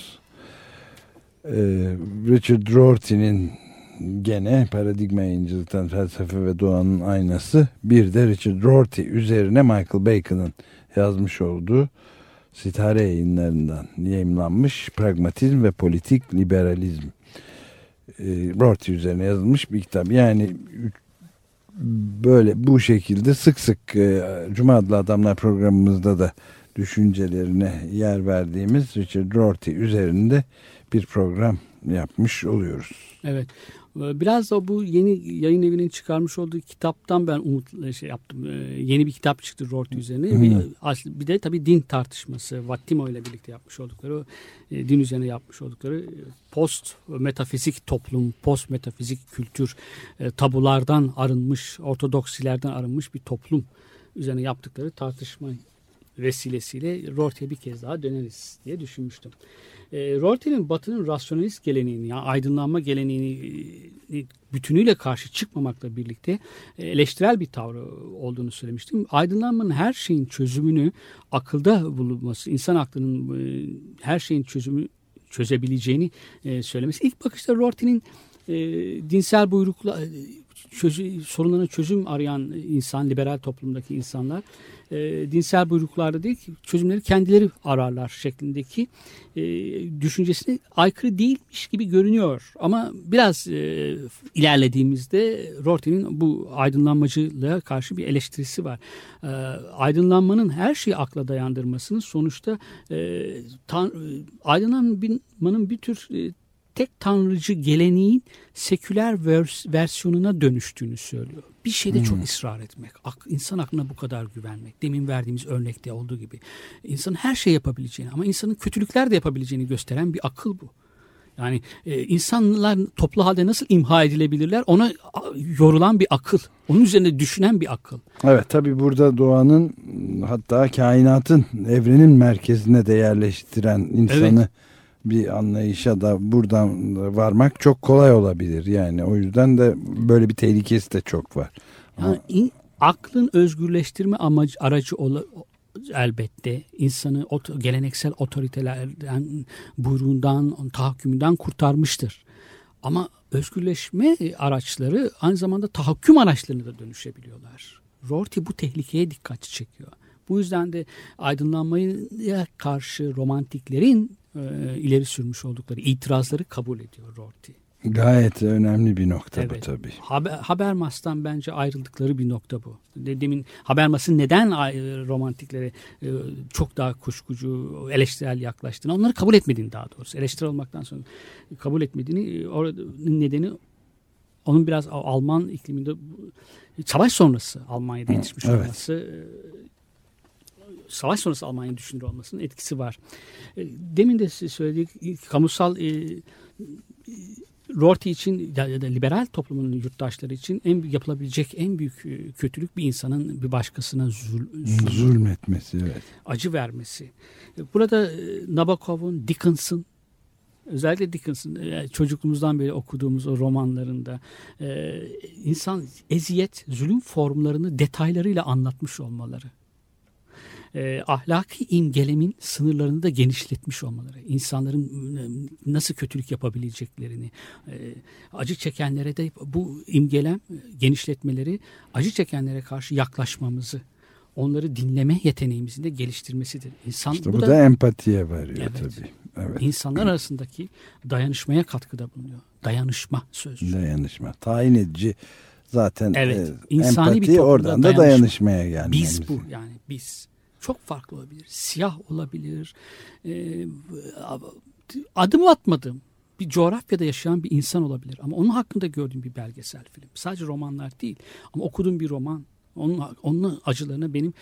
Richard Rorty'nin gene Paradigma Yayıncılık'tan Felsefe ve Doğanın Aynası, bir de Richard Rorty üzerine Michael Bacon'ın yazmış olduğu Sitare Yayınlarından yayımlanmış Pragmatizm ve Politik Liberalizm. Rorty üzerine yazılmış bir kitap. Yani böyle bu şekilde sık sık Cuma Adlı Adamlar programımızda da düşüncelerine yer verdiğimiz Richard Rorty üzerinde bir program yapmış oluyoruz. Evet. Biraz da bu yeni yayın evinin çıkarmış olduğu kitaptan ben yaptım. Yeni bir kitap çıktı Rorty üzerine. Bir de tabii din tartışması. Vattimo ile birlikte yapmış oldukları, din üzerine yapmış oldukları post metafizik toplum, post metafizik kültür, tabulardan arınmış, ortodoksilerden arınmış bir toplum üzerine yaptıkları tartışma vesilesiyle Rorty'ye bir kez daha döneriz diye düşünmüştüm. Rorty'nin Batı'nın rasyonalist geleneğini, yani aydınlanma geleneğini bütünüyle karşı çıkmamakla birlikte eleştirel bir tavrı olduğunu söylemiştim. Aydınlanmanın her şeyin çözümünü akılda bulunması, insan aklının her şeyin çözebileceğini söylemesi. İlk bakışta Rorty'nin dinsel buyrukla sorunlarına çözüm arayan insan, liberal toplumdaki insanlar dinsel buyruklarda değil, çözümleri kendileri ararlar şeklindeki düşüncesine aykırı değilmiş gibi görünüyor. Ama biraz ilerlediğimizde Rorty'nin bu aydınlanmacılığa karşı bir eleştirisi var. Aydınlanmanın her şeyi akla dayandırmasının sonuçta aydınlanmanın bir tür tek tanrıcı geleneğin seküler versiyonuna dönüştüğünü söylüyor. Bir şeyde çok ısrar etmek, insan aklına bu kadar güvenmek, demin verdiğimiz örnekte olduğu gibi insanın her şey yapabileceğini ama insanın kötülükler de yapabileceğini gösteren bir akıl bu. Yani insanlar toplu halde nasıl imha edilebilirler, ona yorulan bir akıl, onun üzerine düşünen bir akıl. Evet, tabii burada doğanın, hatta kainatın, evrenin merkezine de yerleştiren insanı, evet, bir anlayışa da buradan varmak çok kolay olabilir. Yani o yüzden de böyle bir tehlikesi de çok var. Yani aklın özgürleştirme aracı elbette insanı geleneksel otoritelerden, buyruğundan, tahakkümünden kurtarmıştır. Ama özgürleşme araçları aynı zamanda tahakküm araçlarına da dönüşebiliyorlar. Rorty bu tehlikeye dikkat çekiyor. Bu yüzden de aydınlanmaya karşı romantiklerin ileri sürmüş oldukları itirazları kabul ediyor Rorty. Gayet önemli bir nokta evet. Bu tabii. Habermas'tan bence ayrıldıkları bir nokta bu. Demin Habermas'ın neden romantiklere çok daha kuşkucu, eleştirel yaklaştığını, onları kabul etmediğini daha doğrusu. Eleştirel olmaktan sonra kabul etmediğini, oranın nedeni onun biraz Alman ikliminde savaş sonrası Almanya'da yetişmiş olması, savaş sonrası Almanya'yı düşünür olmasının etkisi var. Demin de söyledik, kamusal Rorty için ya da liberal toplumun yurttaşları için yapılabilecek en büyük kötülük bir insanın bir başkasına zulmetmesi, evet. Acı vermesi. Burada Nabokov'un, Dickens'ın, özellikle Dickens'ın çocukluğumuzdan beri okuduğumuz o romanlarında insan eziyet, zulüm formlarını detaylarıyla anlatmış olmaları. Ahlaki imgelemin sınırlarını da genişletmiş olmaları, insanların nasıl kötülük yapabileceklerini, acı çekenlere de bu imgelem genişletmeleri, acı çekenlere karşı yaklaşmamızı, onları dinleme yeteneğimizin de geliştirmesidir. İşte bu da empatiye varıyor, evet, tabii. Evet. İnsanlar arasındaki dayanışmaya katkıda bulunuyor. Dayanışma sözcüğü. Dayanışma, tayin edici zaten, evet, insani empati, oradan da dayanışmaya gelmemiz. Biz bu, yani biz. Çok farklı olabilir. Siyah olabilir. Adım atmadığım bir coğrafyada yaşayan bir insan olabilir. Ama onun hakkında gördüğüm bir belgesel film. Sadece romanlar değil. Ama okuduğum bir roman. Onun acılarına benim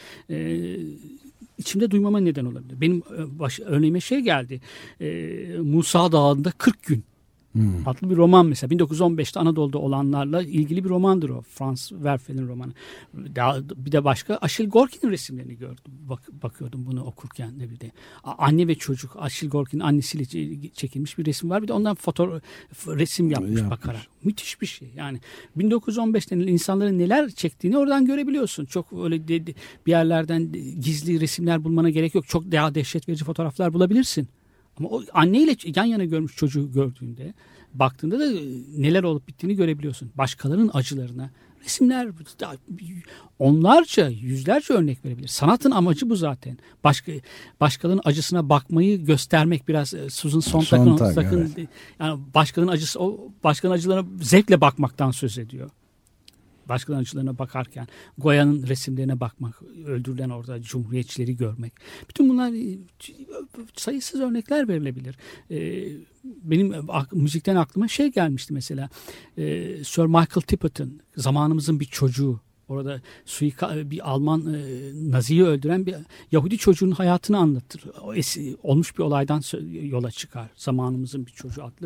içimde duymama neden olabilir. Benim örneğime şey geldi. Musa Dağı'nda 40 gün. Adlı bir roman mesela. 1915'te Anadolu'da olanlarla ilgili bir romandır o. Franz Werfel'in romanı. Bir de başka Achille Gorki'nin resimlerini gördüm. Bakıyordum bunu okurken de bir de. Anne ve çocuk. Achille Gorki'nin annesiyle çekilmiş bir resim var. Bir de ondan resim yapmış bakarak. Müthiş bir şey. Yani 1915'te insanların neler çektiğini oradan görebiliyorsun. Çok öyle bir yerlerden gizli resimler bulmana gerek yok. Çok daha dehşet verici fotoğraflar bulabilirsin. Ama o anneyle yan yana görmüş çocuğu gördüğünde, baktığında da neler olup bittiğini görebiliyorsun. Başkalarının acılarına resimler, onlarca, yüzlerce örnek verebilir. Sanatın amacı bu zaten. Başkalarının acısına bakmayı göstermek, biraz Susan Sontag'ın evet. Yani başkalarının acılarına zevkle bakmaktan söz ediyor. Başkalarının acılarına bakarken Goya'nın resimlerine bakmak, öldürülen orada cumhuriyetçileri görmek. Bütün bunlar sayısız örnekler verilebilir. Benim müzikten aklıma şey gelmişti mesela. Sir Michael Tipperton, zamanımızın bir çocuğu. Orada bir Alman Nazi'yi öldüren bir Yahudi çocuğun hayatını anlatır. Olmuş bir olaydan yola çıkar. Zamanımızın bir çocuğu adlı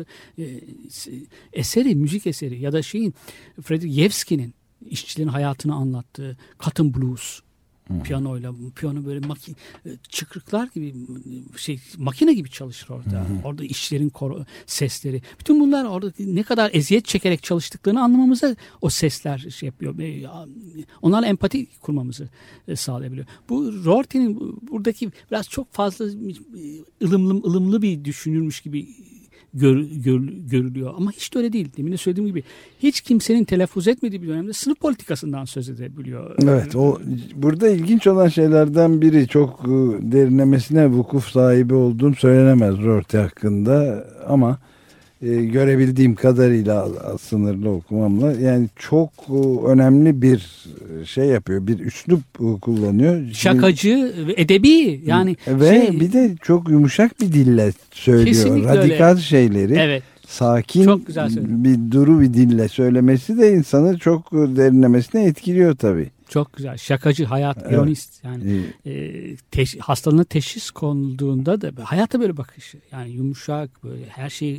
eseri, müzik eseri ya da Frederick işçilerin hayatını anlattığı Cotton Blues. Piyano böyle çıkrıklar gibi makine gibi çalışır orada. Orada işçilerin sesleri. Bütün bunlar orada ne kadar eziyet çekerek çalıştıklarını anlamamıza o sesler yapıyor. Onlarla empati kurmamızı sağlayabiliyor. Bu Rorty'nin buradaki biraz çok fazla ılımlı bir düşünülmüş gibi görülüyor. Ama hiç de öyle değil. Demin de söylediğim gibi hiç kimsenin telaffuz etmediği bir dönemde sınıf politikasından söz edebiliyor. Evet. Burada ilginç olan şeylerden biri, çok derinlemesine vukuf sahibi olduğum söylenemez Rorty hakkında ama görebildiğim kadarıyla sınırlı okumamla yani çok önemli bir şey yapıyor. Bir üslup kullanıyor. Şakacı ve edebi yani. Ve bir de çok yumuşak bir dille söylüyor. Kesinlikle radikal öyle. Şeyleri. Evet. Sakin bir duru bir dille söylemesi de insanı çok derinlemesine etkiliyor tabii. Çok güzel. Şakacı, hayat, ironist. Yani hastalığına teşhis konulduğunda da hayata böyle bakışı. Yani yumuşak, böyle her şey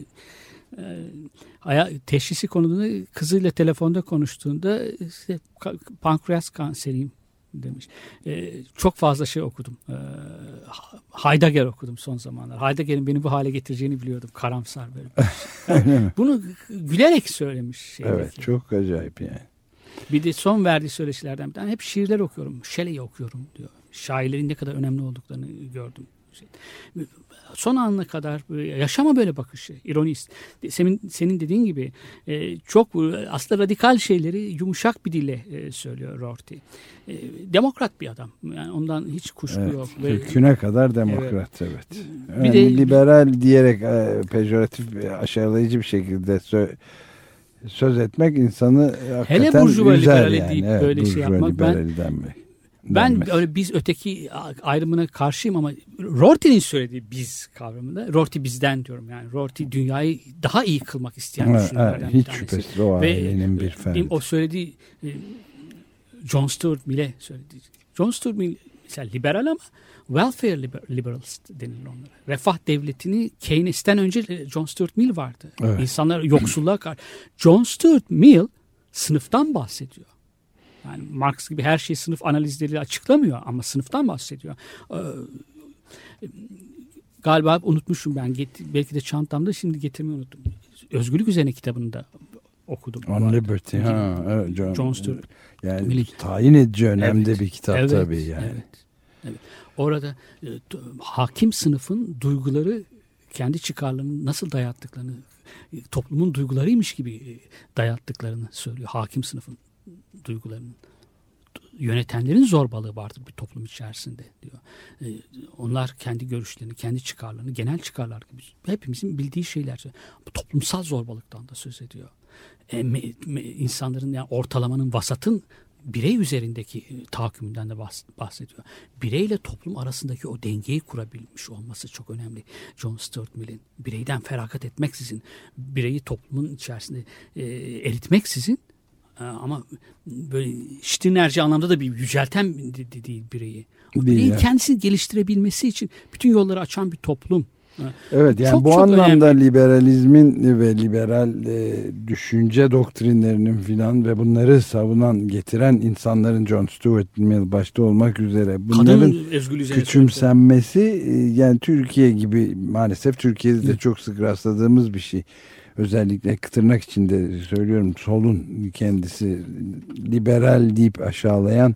teşhisi konulduğunda kızıyla telefonda konuştuğunda pankreas kanseriyim demiş. Çok fazla şey okudum. Heidegger okudum son zamanlar. Heidegger'in beni bu hale getireceğini biliyordum. Karamsar böyle. Yani bunu gülerek söylemiş. Evet, çok acayip yani. Bir de son verdiği söyleşilerden bir tane hep şiirler okuyorum. Shelley'i okuyorum diyor. Şairlerin ne kadar önemli olduklarını gördüm. Son anına kadar yaşama böyle bakışı, ironist. Senin dediğin gibi çok aslında radikal şeyleri yumuşak bir dille söylüyor Rorty. Demokrat bir adam. Yani ondan hiç kuşku yok. Köküne kadar demokrat, evet. Bir de liberal diyerek pejoratif, aşağılayıcı bir şekilde söz etmek insanı hakikaten hele burjuva liberali yani. deyip böyle şey yapmak. Ben öyle biz öteki ayrımına karşıyım ama Rorty'nin söylediği biz kavramında, Rorty bizden diyorum yani. Rorty dünyayı daha iyi kılmak isteyen düşünürlerden bir tanesi. Hiç şüphesiz o ailenin bir ferdi. O söylediği John Stuart Mill'e söylediği. John Stuart Mill mesela liberal ama welfare liberals denilir onlara. Refah devletini Keynes'ten önce John Stuart Mill vardı. Evet. İnsanlar yoksulluğa karşı. John Stuart Mill sınıftan bahsediyor. Yani Marx gibi her şeyi sınıf analizleriyle açıklamıyor ama sınıftan bahsediyor. Galiba unutmuşum ben. Belki de çantamda, şimdi getirmeyi unuttum. Özgürlük üzerine kitabını da okudum. On Liberty. Evet, John Stuart. Yani Mill. tayin edici önemli bir kitap tabii yani. Evet. Orada hakim sınıfın duyguları kendi çıkarlarını nasıl dayattıklarını, toplumun duygularıymış gibi dayattıklarını söylüyor. Hakim sınıfın duygularının. Yönetenlerin zorbalığı vardır bir toplum içerisinde diyor. Onlar kendi görüşlerini, kendi çıkarlarını, genel çıkarlar gibi hepimizin bildiği şeyler. Bu toplumsal zorbalıktan da söz ediyor. İnsanların, yani ortalamanın, vasatın birey üzerindeki tahakkümünden de bahsediyor. Bireyle toplum arasındaki o dengeyi kurabilmiş olması çok önemli. John Stuart Mill'in bireyden feragat etmeksizin, bireyi toplumun içerisinde eritmeksizin, ama böyle şitinlerce anlamda da bir yücelten değil bireyi. O bireyin kendisini geliştirebilmesi için bütün yolları açan bir toplum. Evet, yani bu anlamda önemli. Liberalizmin ve liberal düşünce doktrinlerinin filan ve bunları savunan, getiren insanların, John Stuart Mill başta olmak üzere, bunların küçümsenmesi yani Türkiye gibi, maalesef Türkiye'de de çok sık rastladığımız bir şey. Özellikle tırnak içinde söylüyorum, solun kendisi liberal deyip aşağılayan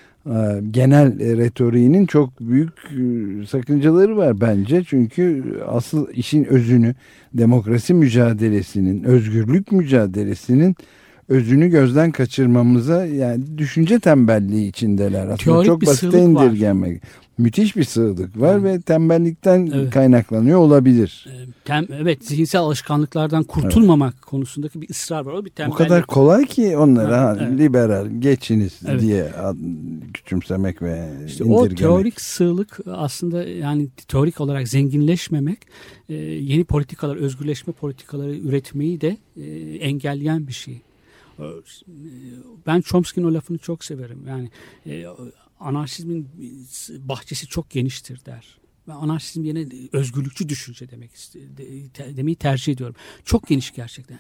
genel retoriğinin çok büyük sakıncaları var bence. Çünkü asıl işin özünü, demokrasi mücadelesinin, özgürlük mücadelesinin özünü gözden kaçırmamıza, yani düşünce tembelliği içindeler. Aslında teorik çok basite indirgenmek. Müthiş bir sığlık var ve tembellikten kaynaklanıyor olabilir. Evet, zihinsel alışkanlıklardan kurtulmamak konusundaki bir ısrar var. O bir tembellik. O kadar kolay ki onlara liberal geçiniz diye küçümsemek ve işte indirgemek. O teorik sığlık aslında, yani teorik olarak zenginleşmemek, yeni politikalar, özgürleşme politikaları üretmeyi de engelleyen bir şey. Ben Chomsky'nin o lafını çok severim. Yani anarşizmin bahçesi çok geniştir der. Ben anarşizm yerine özgürlükçü düşünce demeyi tercih ediyorum. Çok geniş gerçekten.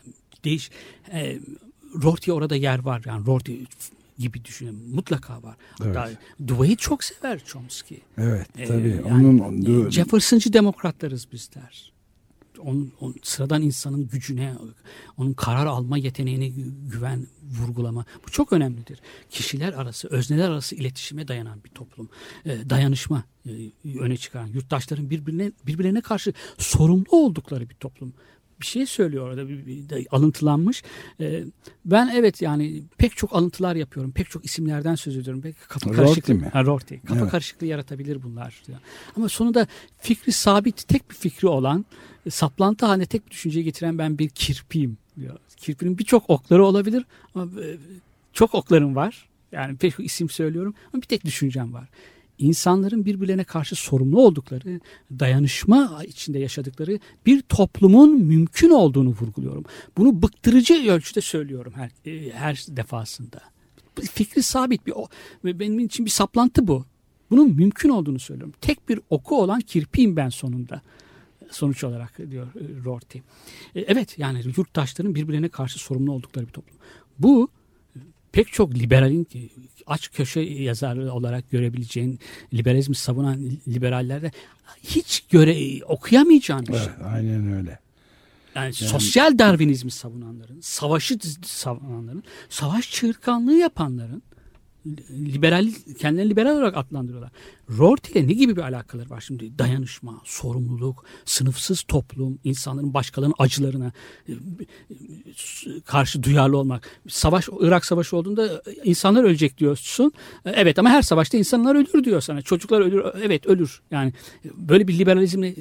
Rorty'ye orada yer var. Yani Rorty gibi düşünün. Mutlaka var. Evet. Hatta Dewey'i çok sever Chomsky. Evet, tabii. Yani Jefferson'cı demokratlarız biz der. Onun sıradan insanın gücüne, onun karar alma yeteneğine güven, vurgulama. Bu çok önemlidir. Kişiler arası, özneler arası iletişime dayanan bir toplum. Dayanışma öne çıkaran, yurttaşların birbirlerine karşı sorumlu oldukları bir toplum. Bir şey söylüyor orada, alıntılanmış. Ben yani pek çok alıntılar yapıyorum. Pek çok isimlerden söz ediyorum. Belki kafa karışıklığı. Rorty. Kafa karışıklığı yaratabilir bunlar. Ama sonunda fikri sabit, tek bir fikri olan, saplantı haline tek bir düşünceyi getiren ben bir kirpiyim diyor. Kirpinin birçok okları olabilir ama çok oklarım var. Yani pek çok isim söylüyorum ama bir tek düşüncem var. İnsanların birbirlerine karşı sorumlu oldukları, dayanışma içinde yaşadıkları bir toplumun mümkün olduğunu vurguluyorum. Bunu bıktırıcı ölçüde söylüyorum her defasında. Fikri sabit benim için bir saplantı bu. Bunun mümkün olduğunu söylüyorum. Tek bir oku olan kirpiyim ben sonunda. Sonuç olarak diyor Rorty. Evet, yani yurttaşların birbirlerine karşı sorumlu oldukları bir toplum. Bu pek çok liberalin aç köşe yazarı olarak görebileceğin, liberalizmi savunan liberallerde hiç okuyamayacağın bir şey. Evet, aynen öyle. Yani sosyal Darwinizmi savunanların, savaşı savunanların, savaş çığırtkanlığı yapanların, kendilerini liberal olarak adlandırıyorlar. Rorty ile ne gibi bir alakaları var şimdi? Dayanışma, sorumluluk, sınıfsız toplum, insanların başkalarının acılarına karşı duyarlı olmak. Irak Savaşı olduğunda insanlar ölecek diyorsun. Evet ama her savaşta insanlar ölür diyor sana. Çocuklar ölür. Evet ölür. Yani böyle bir liberalizmle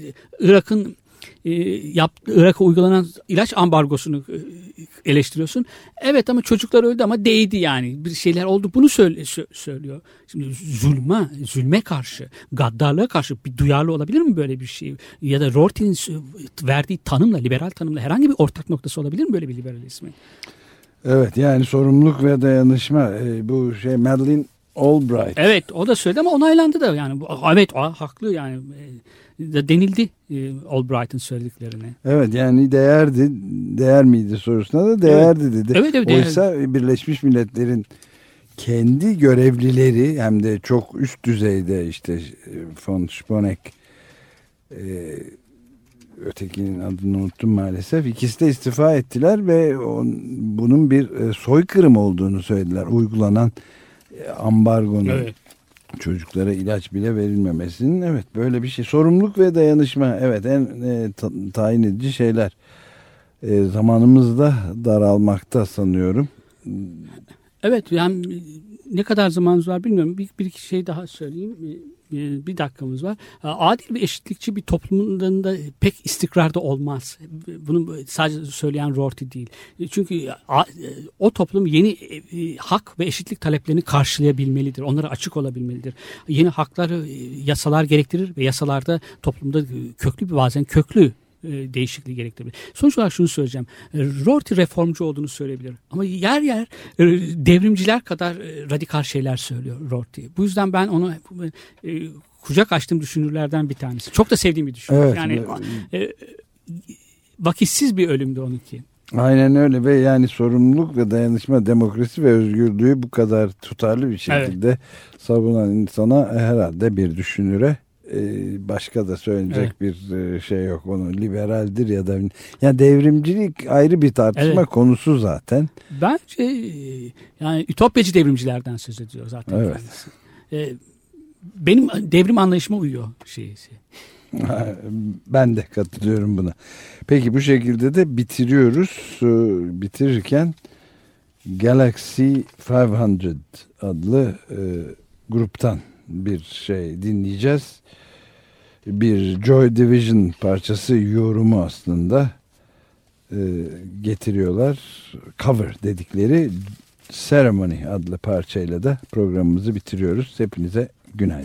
Irak'a uygulanan ilaç ambargosunu eleştiriyorsun. Evet ama çocuklar öldü ama değdi yani. Bir şeyler oldu. Bunu söylüyor. Şimdi zulme karşı, gaddarlığa karşı bir duyarlı olabilir mi böyle bir şey? Ya da Rorty'nin verdiği tanımla, liberal tanımla herhangi bir ortak noktası olabilir mi böyle bir liberalizmin? Evet yani sorumluluk ve dayanışma. Bu Madeleine Albright. Evet o da söyledi ama onaylandı da yani. Evet haklı yani. Denildi Albright'ın söylediklerine. Evet yani değer miydi sorusuna da değerdi dedi. Evet, oysa Birleşmiş Milletler'in kendi görevlileri hem de çok üst düzeyde işte von Sponeck, ötekinin adını unuttum maalesef. İkisi de istifa ettiler ve bunun bir soykırım olduğunu söylediler. Uygulanan ambargonun. Evet. Çocuklara ilaç bile verilmemesinin böyle bir şey. Sorumluluk ve dayanışma en tayin edici şeyler. Zamanımız da daralmakta sanıyorum. Evet yani ne kadar zamanımız var bilmiyorum. Bir iki şey daha söyleyeyim. Bir dakikamız var. Adil ve eşitlikçi bir toplumunda pek istikrarda olmaz. Bunu sadece söyleyen Rorty değil. Çünkü o toplum yeni hak ve eşitlik taleplerini karşılayabilmelidir. Onlara açık olabilmelidir. Yeni hakları yasalar gerektirir ve yasalarda toplumda bazen köklü değişikliği gerektirebilir. Sonuç olarak şunu söyleyeceğim. Rorty reformcu olduğunu söyleyebilir. Ama yer yer devrimciler kadar radikal şeyler söylüyor Rorty. Bu yüzden ben onu kucak açtığım düşünürlerden bir tanesi. Çok da sevdiğim bir düşünür. Evet, yani vakitsiz bir ölümdü onunki. Aynen öyle ve yani sorumluluk ve dayanışma, demokrasi ve özgürlüğü bu kadar tutarlı bir şekilde savunan insana herhalde bir düşünüre başka da söyleyecek bir şey yok. Onu liberaldir ya da yani devrimcilik ayrı bir tartışma konusu zaten. Bence yani ütopyacı devrimcilerden söz ediyor zaten. Evet. Benim devrim anlayışıma uyuyor şeysi. Ben de katılıyorum buna. Peki bu şekilde de bitiriyoruz. Bitirirken Galaxy 500 adlı gruptan bir şey dinleyeceğiz. Bir Joy Division parçası yorumu aslında getiriyorlar. Cover dedikleri Ceremony adlı parçayla da programımızı bitiriyoruz. Hepinize günaydın.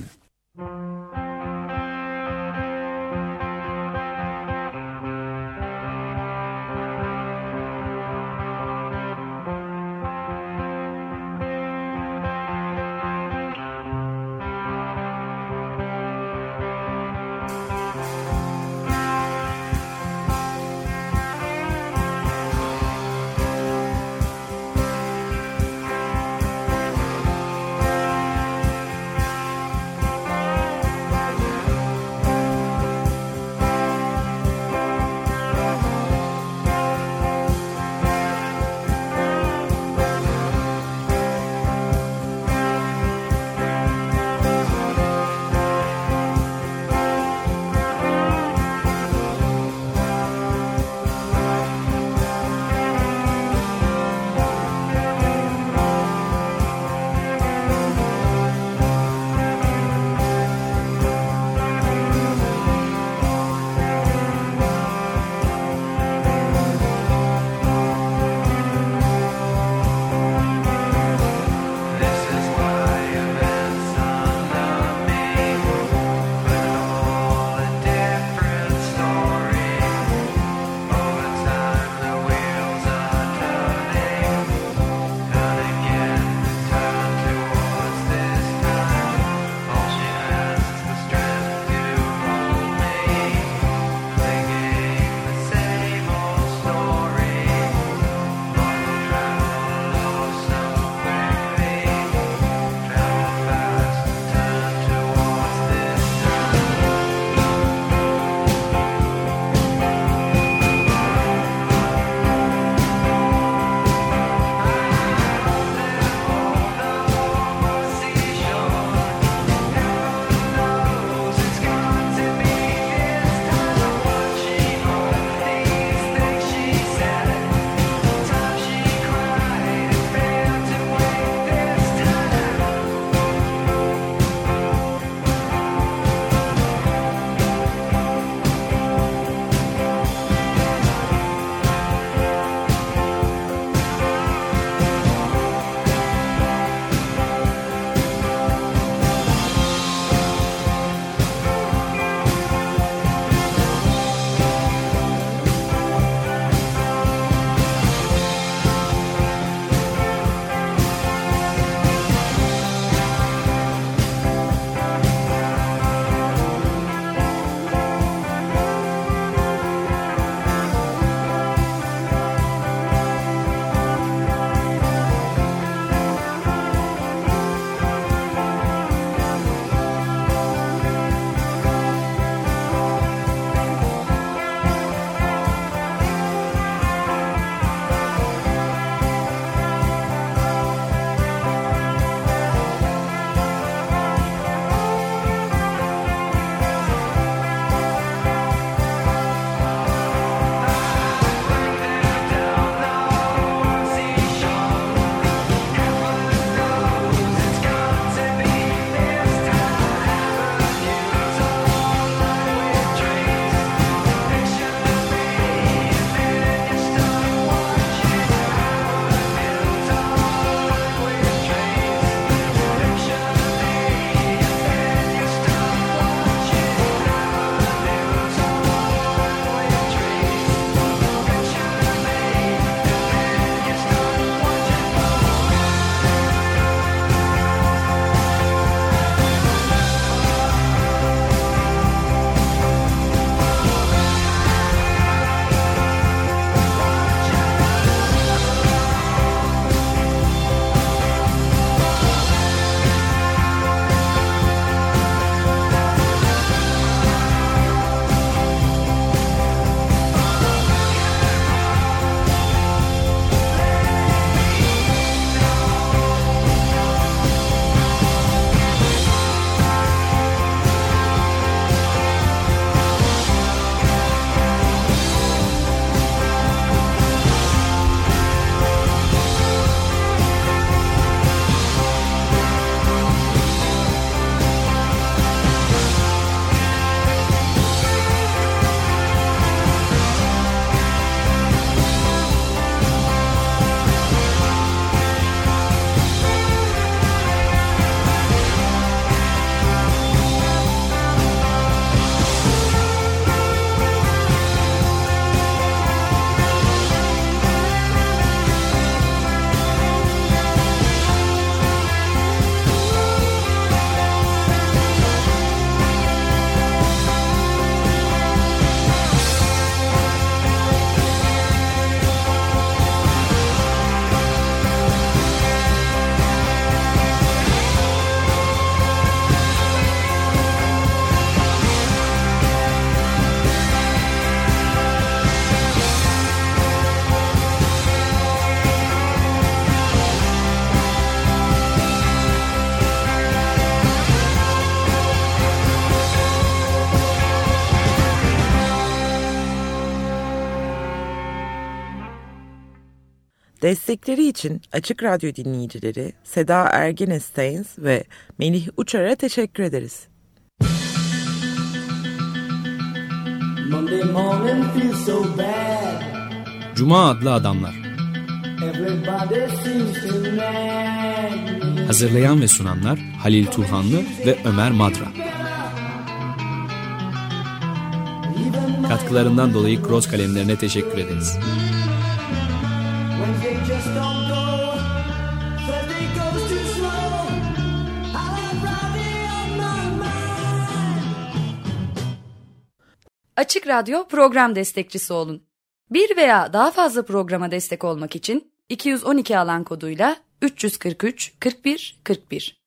Destekleri için Açık Radyo dinleyicileri Seda Ergenesteins ve Melih Uçar'a teşekkür ederiz. Monday morning feels so bad. Cuma adlı adamlar. Everybody seems to nag me. Hazırlayan ve sunanlar Halil Turhanlı ve Ömer Madra. Katkılarından dolayı Cross kalemlerine teşekkür ederiz. Wednesday just don't go. Thursday goes too slow. I'm Friday on my mind. Açık Radyo program destekçisi olun. Bir veya daha fazla programa destek olmak için 212 alan koduyla 343 41 41